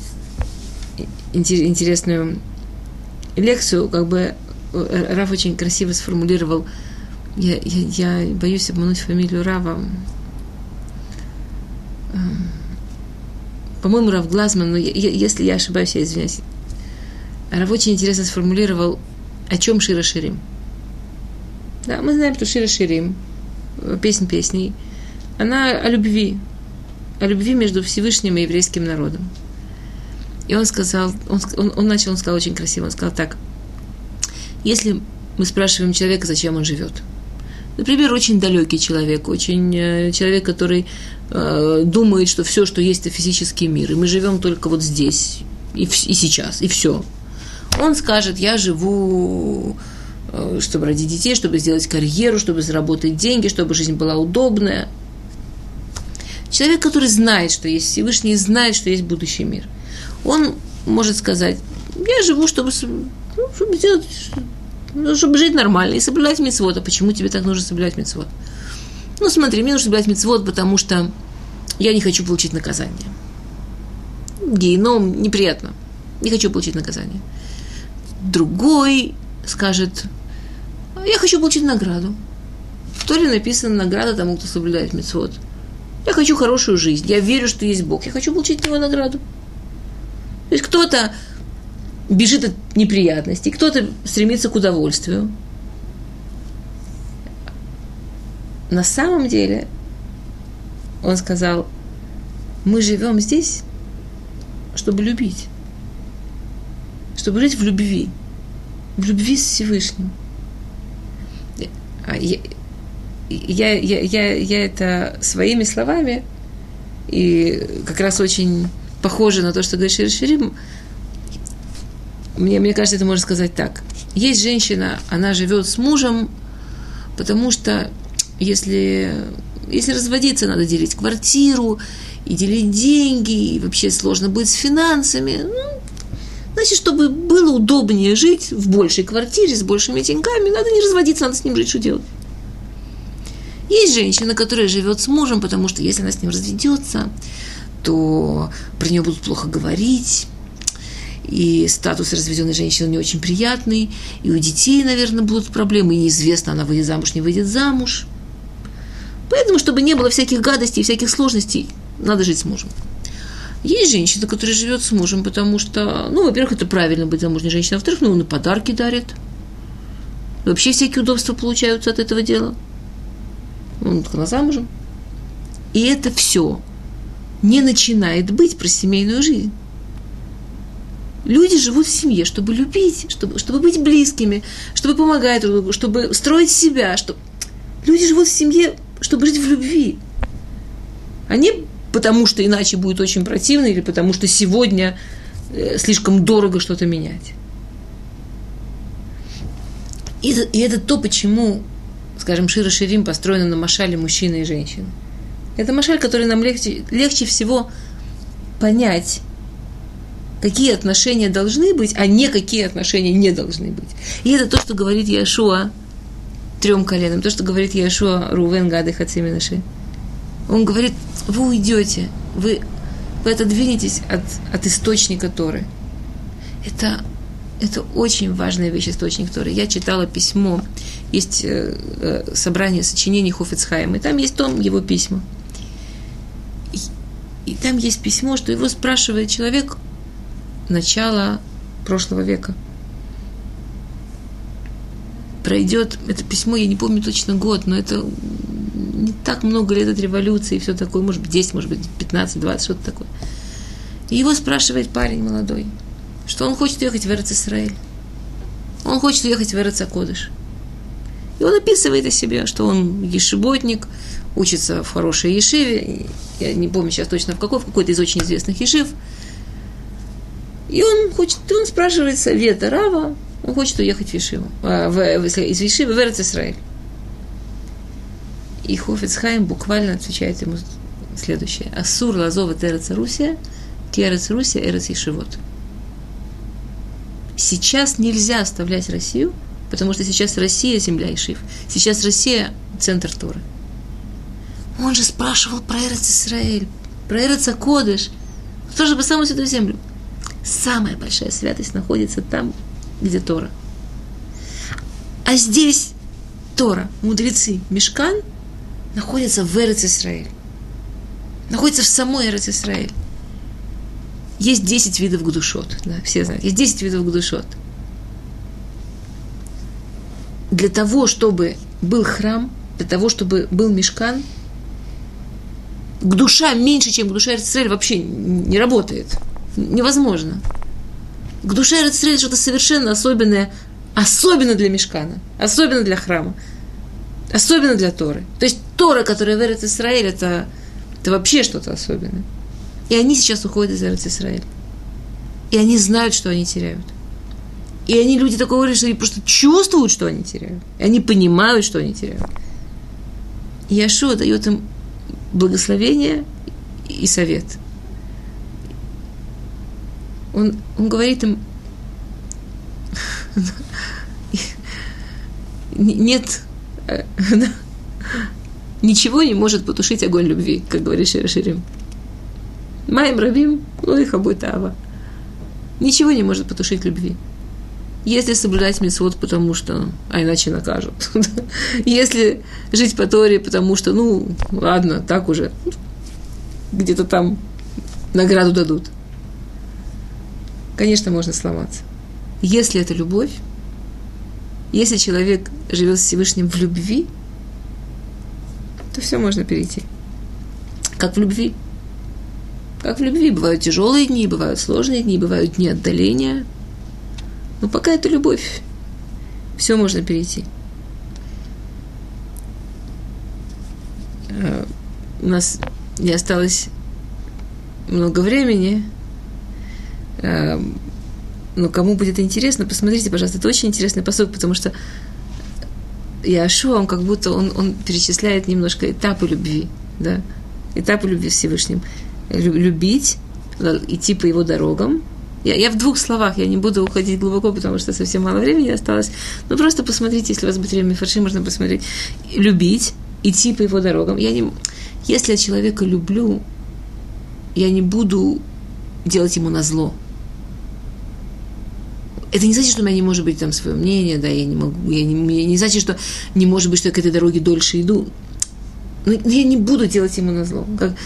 интересную лекцию, как бы Рав очень красиво сформулировал. Я боюсь обмануть фамилию Рава. По-моему, Рав Глазман, но если я ошибаюсь, я извиняюсь. Рав очень интересно сформулировал, о чем Шира Ширим. Да, мы знаем, что Шира Ширим, песнь песней, она о любви между Всевышним и еврейским народом. И он сказал, он сказал очень красиво, он сказал так: если мы спрашиваем человека, зачем он живет, например, очень далекий человек, человек, который думает, что все, что есть, это физический мир, и мы живем только вот здесь и сейчас, и все. Он скажет, я живу, чтобы родить детей, чтобы сделать карьеру, чтобы заработать деньги, чтобы жизнь была удобная. Человек, который знает, что есть Всевышний, знает, что есть будущий мир, он может сказать, я живу, чтобы сделать, чтобы жить нормально и соблюдать мицвот. А почему тебе так нужно соблюдать мицвот? Ну, смотри, мне нужно соблюдать мицвот, потому что я не хочу получить наказание. Геном неприятно. Не хочу получить наказание. Другой скажет, я хочу получить награду. В Торе написано награда тому, кто соблюдает мицвот. Я хочу хорошую жизнь. Я верю, что есть Бог. Я хочу получить от него награду. То есть кто-то бежит от неприятностей, кто-то стремится к удовольствию. На самом деле, он сказал, мы живем здесь, чтобы любить, чтобы жить в любви с Всевышним. Я это своими словами, и как раз очень похоже на то, что говорит Шир Ширим, мне кажется, это можно сказать так. Есть женщина, она живет с мужем, потому что если разводиться, надо делить квартиру, и делить деньги, и вообще сложно будет с финансами. Значит, чтобы было удобнее жить в большей квартире, с большими деньгами, надо не разводиться, надо с ним жить, что делать. Есть женщина, которая живет с мужем, потому что если она с ним разведется, то про нее будут плохо говорить, и статус разведенной женщины не очень приятный, и у детей, наверное, будут проблемы, и неизвестно, она выйдет замуж, не выйдет замуж. Поэтому, чтобы не было всяких гадостей, всяких сложностей, надо жить с мужем. Есть женщина, которая живет с мужем, потому что, во-первых, это правильно быть замужней женщиной, а во-вторых, он и подарки дарит. Вообще всякие удобства получаются от этого дела. Она замужем. И это все не начинает быть про семейную жизнь. Люди живут в семье, чтобы любить, чтобы быть близкими, чтобы помогать друг другу, чтобы строить себя. Люди живут в семье, чтобы жить в любви. А не потому, что иначе будет очень противно, или потому, что сегодня слишком дорого что-то менять. И это то, почему, скажем, Шир Ширим построена на машале мужчины и женщины. Это машаль, который нам легче всего понять, какие отношения должны быть, а не какие отношения не должны быть. И это то, что говорит Йеошуа 3 коленам, то, что говорит Йеошуа Рувен, Гад и Хаци Менаше. Он говорит, вы уйдете, вы отодвинетесь от источника Торы. Это очень важная вещь, источник Торы. Я читала письмо, есть собрание сочинений Хофец Хаима, и там есть том его письма. И там есть письмо, что его спрашивает человек начала прошлого века. Пройдет это письмо, я не помню точно год, но это не так много лет от революции и все такое, может быть, 10, может быть, 15, 20, что-то такое. И его спрашивает парень молодой, что он хочет уехать в Эрец-Исраэль. Он хочет уехать в Эрец-Акодыш. И он описывает о себе, что он ешеботник, учится в хорошей ешиве, я не помню сейчас точно в какой-то из очень известных ешив. И он спрашивает совета Рава, он хочет уехать в ешиву, из ешивы в Эрец-Исраэль. И Хофец Хаим буквально отвечает ему следующее. Асур лазовет Эрец Русия, ки Эрец Русия, Эрец Ешивот. Сейчас нельзя оставлять Россию, потому что сейчас Россия – земля Ешив. Сейчас Россия – центр Торы. Он же спрашивал про Эрец-Исраэль, про Эрец-Акодыш, тоже по самую святую землю. Самая большая святость находится там, где Тора. А здесь Тора, мудрецы, Мишкан находятся в Эрец-Исраэль. Находятся в самой Эрец-Исраэль. Есть 10 видов гдушот. Да, все знают. Есть 10 видов гдушот. Для того, чтобы был храм, для того, чтобы был Мишкан, гдуша меньше, чем гдуша Эрец-Исраэль, вообще не работает. Невозможно. Гдуша Эрец-Исраэль что-то совершенно особенное, особенно для Мишкана, особенно для храма, особенно для Торы. То есть Тора, которая в Эрец-Исраэль, это Это вообще что-то особенное. И они сейчас уходят из Эрец-Исраэль. И они знают, что они теряют. И они люди такого уровня, что они просто чувствуют, что они теряют. И они понимают, что они теряют. И Яшуа дает им благословение и совет. Он говорит им, нет, ничего не может потушить огонь любви, как говорит Шир Ширим. Маим рабим, лоиха будет ава. Ничего не может потушить любви. Если соблюдать мицвот, потому что, а иначе накажут. Если жить по Торе, потому что, ну, ладно, так уже, где-то там награду дадут. Конечно, можно сломаться. Если это любовь, если человек живет с Всевышним в любви, то все можно перейти. Как в любви. Как в любви. Бывают тяжелые дни, бывают сложные дни, бывают дни отдаления. Но пока это любовь, все можно перейти. У нас не осталось много времени, но кому будет интересно, посмотрите, пожалуйста, это очень интересный посыл, потому что Яшуа, он как будто он перечисляет немножко этапы любви, да, этапы любви Всевышним. Любить, идти по его дорогам. Я в двух словах, я не буду уходить глубоко, потому что совсем мало времени осталось, но просто посмотрите, если у вас будет время фарши, можно посмотреть. Любить, идти по его дорогам. Если я человека люблю, я не буду делать ему назло. Это не значит, что у меня не может быть там свое мнение, да, я не могу, не значит, что не может быть, что я к этой дороге дольше иду. Но я не буду делать ему назло.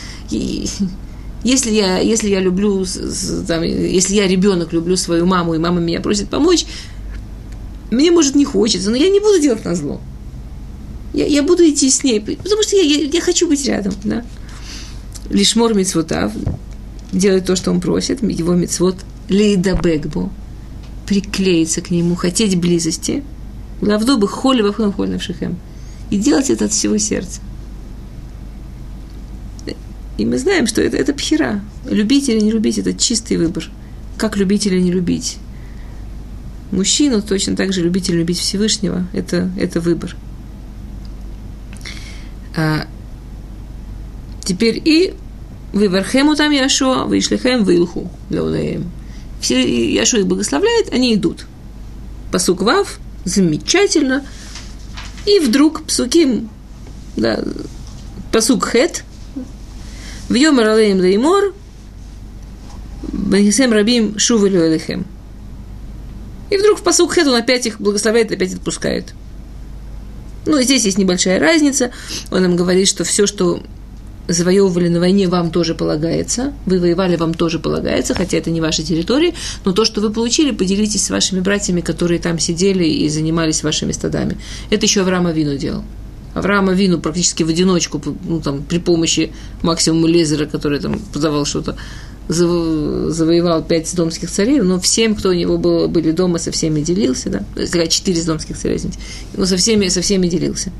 Если я люблю, там, если я ребенок, люблю свою маму, и мама меня просит помочь, мне, может, не хочется, но я не буду делать назло. Я буду идти с ней, потому что я хочу быть рядом, да. Лишмор мицвотав, делать то, что он просит, его мицвот, лейдабэгбо, приклеиться к нему, хотеть близости, лавдобы холи вафхам холь навшихем, и делать это от всего сердца. И мы знаем, что это пхира. Любить или не любить – это чистый выбор. Как любить или не любить? Мужчину точно так же любить или любить Всевышнего – это выбор. Теперь и вывархему там Яшуа, вышлихем вылху леулеем. Все Яшуа их благословляет, они идут. Пасук вав, замечательно. И вдруг псуким, да, пасук хет, в йомар алеем леймор, бахисем рабим шувы леулехем. И вдруг в пасук хет он опять их благословляет, опять отпускает. Ну, и здесь есть небольшая разница. Он нам говорит, что все, что завоевывали на войне, вам тоже полагается. Вы воевали, вам тоже полагается, хотя это не ваша территория. Но то, что вы получили, поделитесь с вашими братьями, которые там сидели и занимались вашими стадами. Это еще Авраам Авину делал. Авраам Авину практически в одиночку, ну, там, при помощи максимум Лезера, который там продавал что-то, завоевал 5 сдомских царей, но всем, кто у него были дома, со всеми делился, да, 4 сдомских царя, извините, но со всеми делился.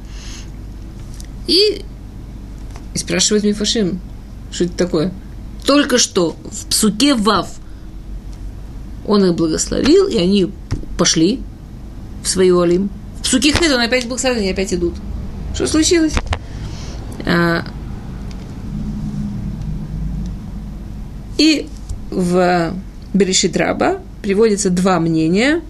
И спрашивает Мифашим, что это такое? Только что в псуке Вав он их благословил, и они пошли в свою Алим. В псуке Хет он опять благословил, и они опять идут. Что случилось? И в Берешит Раба приводится два мнения.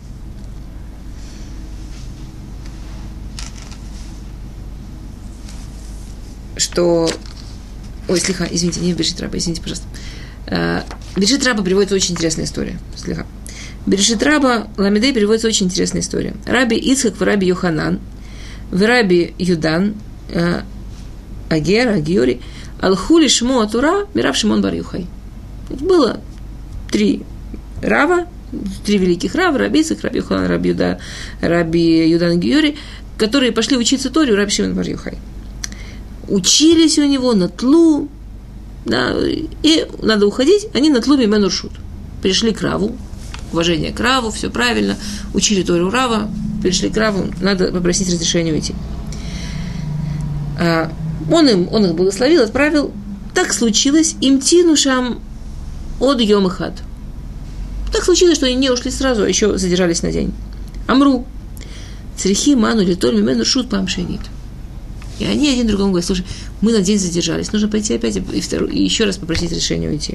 Что... Ой, слиха, извините, не в Берешит Раба, извините, пожалуйста. В Берешит Раба приводится очень интересная история. Слиха. В Берешит Раба Ламедей приводится очень интересная история. Раби Ицхак в Раби Йоханан, в Раби Юдан, Агер, Агиори, Алхули Шмо Атура, Мирав Шимон бар Юхай. Было 3 рава, 3 великих рава, Раби Ицхак, Раби Йоханан, Раби Юдан Агиори, которые пошли учиться Торе у Раби Шимон бар Юхай. Учились у него на тлу, да, и надо уходить, они на тлу мимен уршут. Пришли к раву, уважение к раву, все правильно, учили Тору рава, пришли к раву, надо попросить разрешения уйти. Он их благословил, отправил, Так случилось, имтинушам от йом эхад. Так случилось, что они не ушли сразу, а еще задержались на день. Амру. Црихи ману литоль мимену шут памшенит. И они один другому говорят: слушай, мы на день задержались, нужно пойти опять и еще раз попросить разрешения уйти.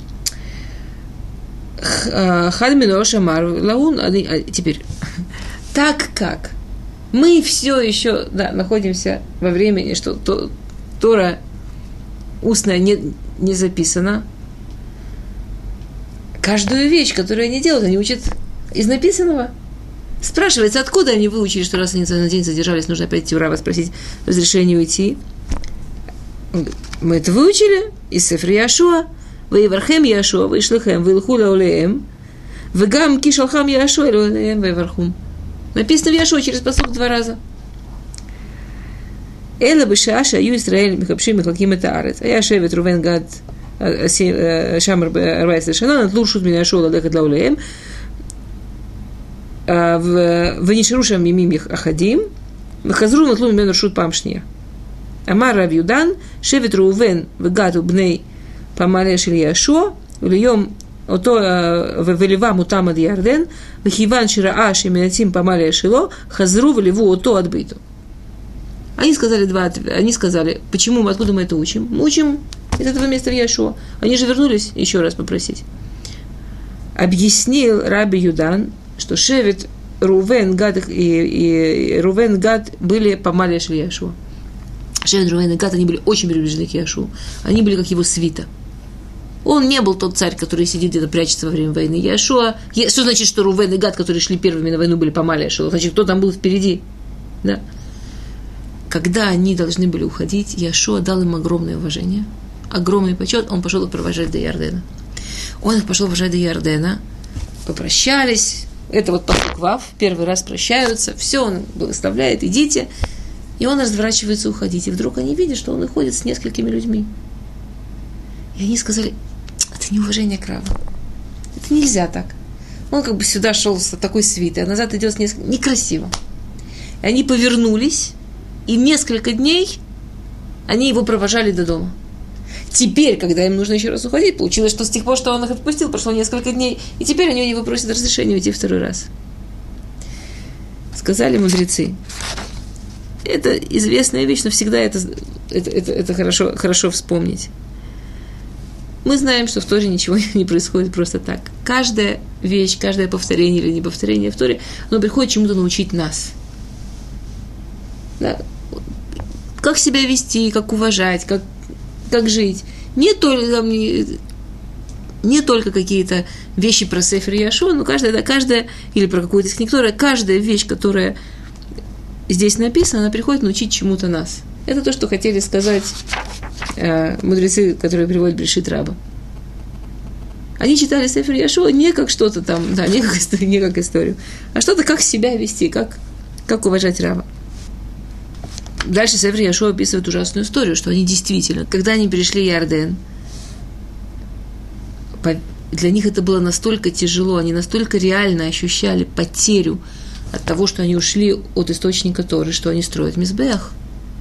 Хадмино шамар лаун. Теперь, так как мы все еще находимся во времени, что Тора устная не записана, каждую вещь, которую они делают, они учат из написанного. Спрашивается, откуда они выучили, что раз они на день задержались, нужно опять идти у раба спросить разрешение уйти. Мы это выучили из Сефер Яшуа. Ваевархем Яшуа, ваишлехем, ваилху лаолеем, вегам кишалхам Яшуа, лаолеем, ваевархум. Написано в Яшуа через пасук 2 раза. Эла бешааша аю Исраэль михапшим михлаким это арец. А я шевет Рувен Гад шамар 14 шана, натлу шут меня Яшуа ладехат лаолеем, ונשארו שם ימים אחדים, וחזרו נטלו ממנו רשות פעם שנייה. אמר רב יהודן, שבט ראובן וגד ובני פמליה של יהושע, וליום אותו, וליבם אותם עד ירדן, וכיוון שראה שמנצים פמליה שלו, חזרו וליוו אותו עד ביתו. Они сказали, почему, откуда мы это учим? Мы учим из этого места в Яшуа. Они же вернулись еще раз попросить. Объяснил Раби Юдан, что Шевет, Рувен, Гад и Рувен, Гад были помалия шли Яшуа. Шевет, Рувен и Гад, они были очень приближены к Яшуа. Они были как его свита. Он не был тот царь, который сидит где-то прячется во время войны. Яшуа, что значит, что Рувен и Гад, которые шли первыми на войну, были помалия Яшуа? Значит, кто там был впереди? Да. Когда они должны были уходить, Яшуа дал им огромное уважение, огромный почет. Он пошел их провожать до Ярдена. Он их пошел провожать до Ярдена. Попрощались. Это вот пасук Вав, первый раз прощаются, все, он благословляет, идите, и он разворачивается уходить, и вдруг они видят, что он уходит с несколькими людьми. И они сказали: это неуважение к Раву, это нельзя так. Он как бы сюда шел с такой свитой, а назад идет с несколькими, некрасиво. И они повернулись, и несколько дней они его провожали до дома. Теперь, когда им нужно еще раз уходить, получилось, что с тех пор, что он их отпустил, прошло несколько дней, и теперь они у него просят разрешения уйти 2-й раз. Сказали мудрецы. Это известная вещь, но всегда это хорошо вспомнить. Мы знаем, что в Торе ничего не происходит просто так. Каждая вещь, каждое повторение или не повторение в Торе, оно приходит чему-то научить нас. Да? Как себя вести, как уважать, как жить. Не только какие-то вещи про Сефер Яшуа, но каждая, или про какую-то из книг Торы, каждая вещь, которая здесь написана, она приходит научить чему-то нас. Это то, что хотели сказать мудрецы, которые приводят Брешит Раба. Они читали Сефер Яшуа не как что-то там, да, не как историю, а что-то, как себя вести, как уважать Раба. Дальше Сефер Яшуа описывает ужасную историю, что они действительно, когда они перешли Ярден, для них это было настолько тяжело, они настолько реально ощущали потерю от того, что они ушли от источника Торы, что они строят мизбеах.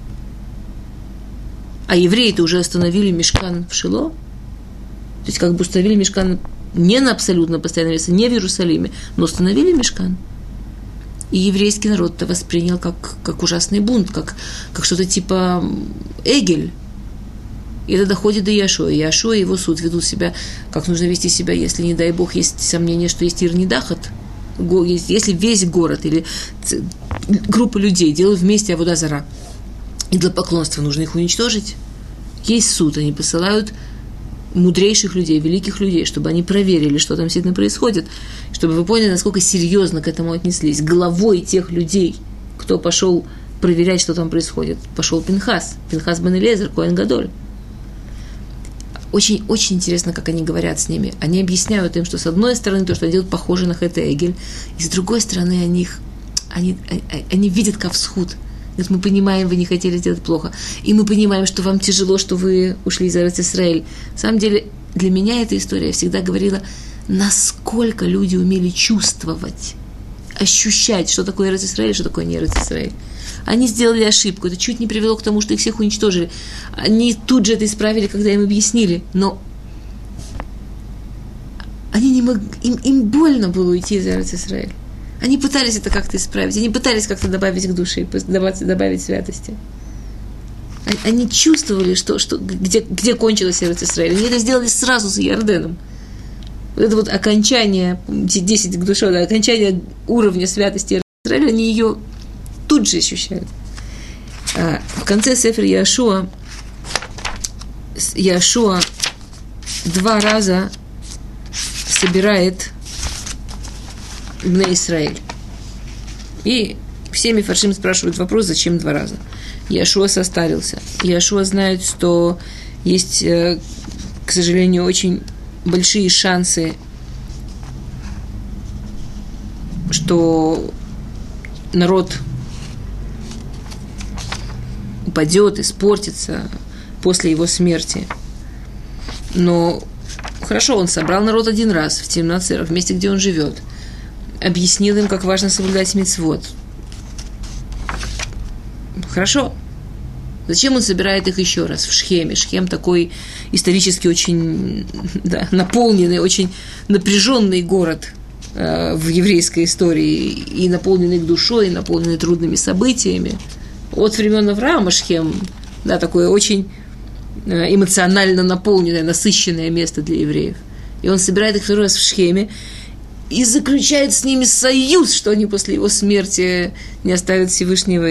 А евреи-то уже остановили мишкан в Шило, то есть как бы установили мишкан не на абсолютно постоянное место, не в Иерусалиме, но установили мишкан. И еврейский народ это воспринял как ужасный бунт, как что-то типа Эгель. И это доходит до Яшуа. Яшуа и его суд ведут себя, как нужно вести себя, если, не дай Бог, есть сомнение, что есть Ир-Нидахат. Если весь город или группа людей делают вместе авода зара, и для поклонства нужно их уничтожить, есть суд, они посылают мудрейших людей, великих людей, чтобы они проверили, что там действительно происходит, чтобы вы поняли, насколько серьезно к этому отнеслись. Главой тех людей, кто пошел проверять, что там происходит, пошел Пинхас бен Элиэзер, Коэн Гадоль. Очень, очень интересно, как они говорят с ними. Они объясняют им, что с одной стороны то, что они делают, похоже на Хет Эгель, и с другой стороны они видят кавсхут. Говорят: мы понимаем, вы не хотели сделать плохо. И мы понимаем, что вам тяжело, что вы ушли из Эрец-Исраэль. На самом деле, для меня эта история всегда говорила, насколько люди умели чувствовать ощущать, что такое Эрец Исраэль, что такое не Эрец Исраэль. Они сделали ошибку, это чуть не привело к тому, что их всех уничтожили. Они тут же это исправили, когда им объяснили, но они не могли, им больно было уйти из Эрец Исраэль. Они пытались это как-то исправить, они пытались как-то добавить к душе, добавить святости. Они чувствовали, где кончилась Эрец Исраэль. Они это сделали сразу с Иорденом. Вот это вот окончание, 10 к душе, да, окончание уровня святости Эрец Исраэля, они ее тут же ощущают. В конце Сефер Яшуа 2 раза собирает Бней Исраэль. И все мифаршим спрашивают вопрос, зачем 2 раза. Яшуа состарился. Яшуа знает, что есть, к сожалению, очень большие шансы, что народ упадет, испортится после его смерти. Но хорошо, он собрал народ 1 раз в Тимнат-Сера, в месте, где он живет, объяснил им, как важно соблюдать мицвот. Хорошо. Зачем он собирает их еще раз в Шхеме? Шхем такой исторически очень наполненный, очень напряженный город в еврейской истории, и наполненный душой, и наполненный трудными событиями. От времен Авраама Шхем, такое очень эмоционально наполненное, насыщенное место для евреев. И он собирает их 2 раз в Шхеме и заключает с ними союз, что они после его смерти не оставят Всевышнего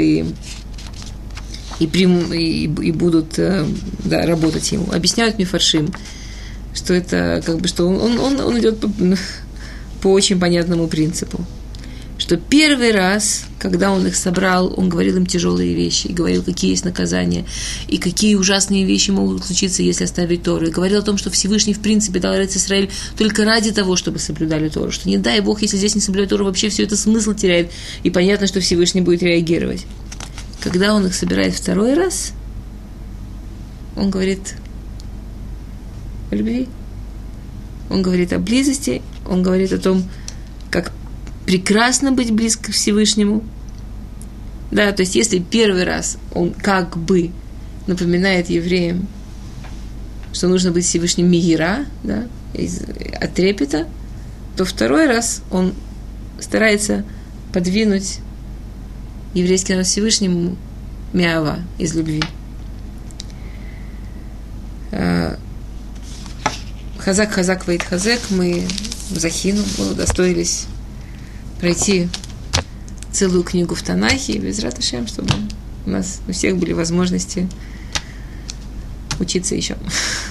и будут работать ему. Объясняют мифаршим, что это что он идет по очень понятному принципу. Что первый раз, когда он их собрал, он говорил им тяжелые вещи, и говорил, какие есть наказания, и какие ужасные вещи могут случиться, если оставить Тору. И говорил о том, что Всевышний, в принципе, дал Эрец Исраэль только ради того, чтобы соблюдали Тору. Что не дай Бог, если здесь не соблюдать Тору, вообще все это смысл теряет, и понятно, что Всевышний будет реагировать. Когда он их собирает 2 раз, он говорит о любви, он говорит о близости, он говорит о том, как прекрасно быть близко к Всевышнему. Да, то есть, если 1 раз он как бы напоминает евреям, что нужно быть Всевышним мигера, от трепета, то 2 раз он старается подвинуть еврейский народ Всевышнему миава, из любви. Хазак вейт хазек, мы в Захину удостоились пройти целую книгу в Танахе, и Безрат Ашем, чтобы у нас у всех были возможности учиться еще.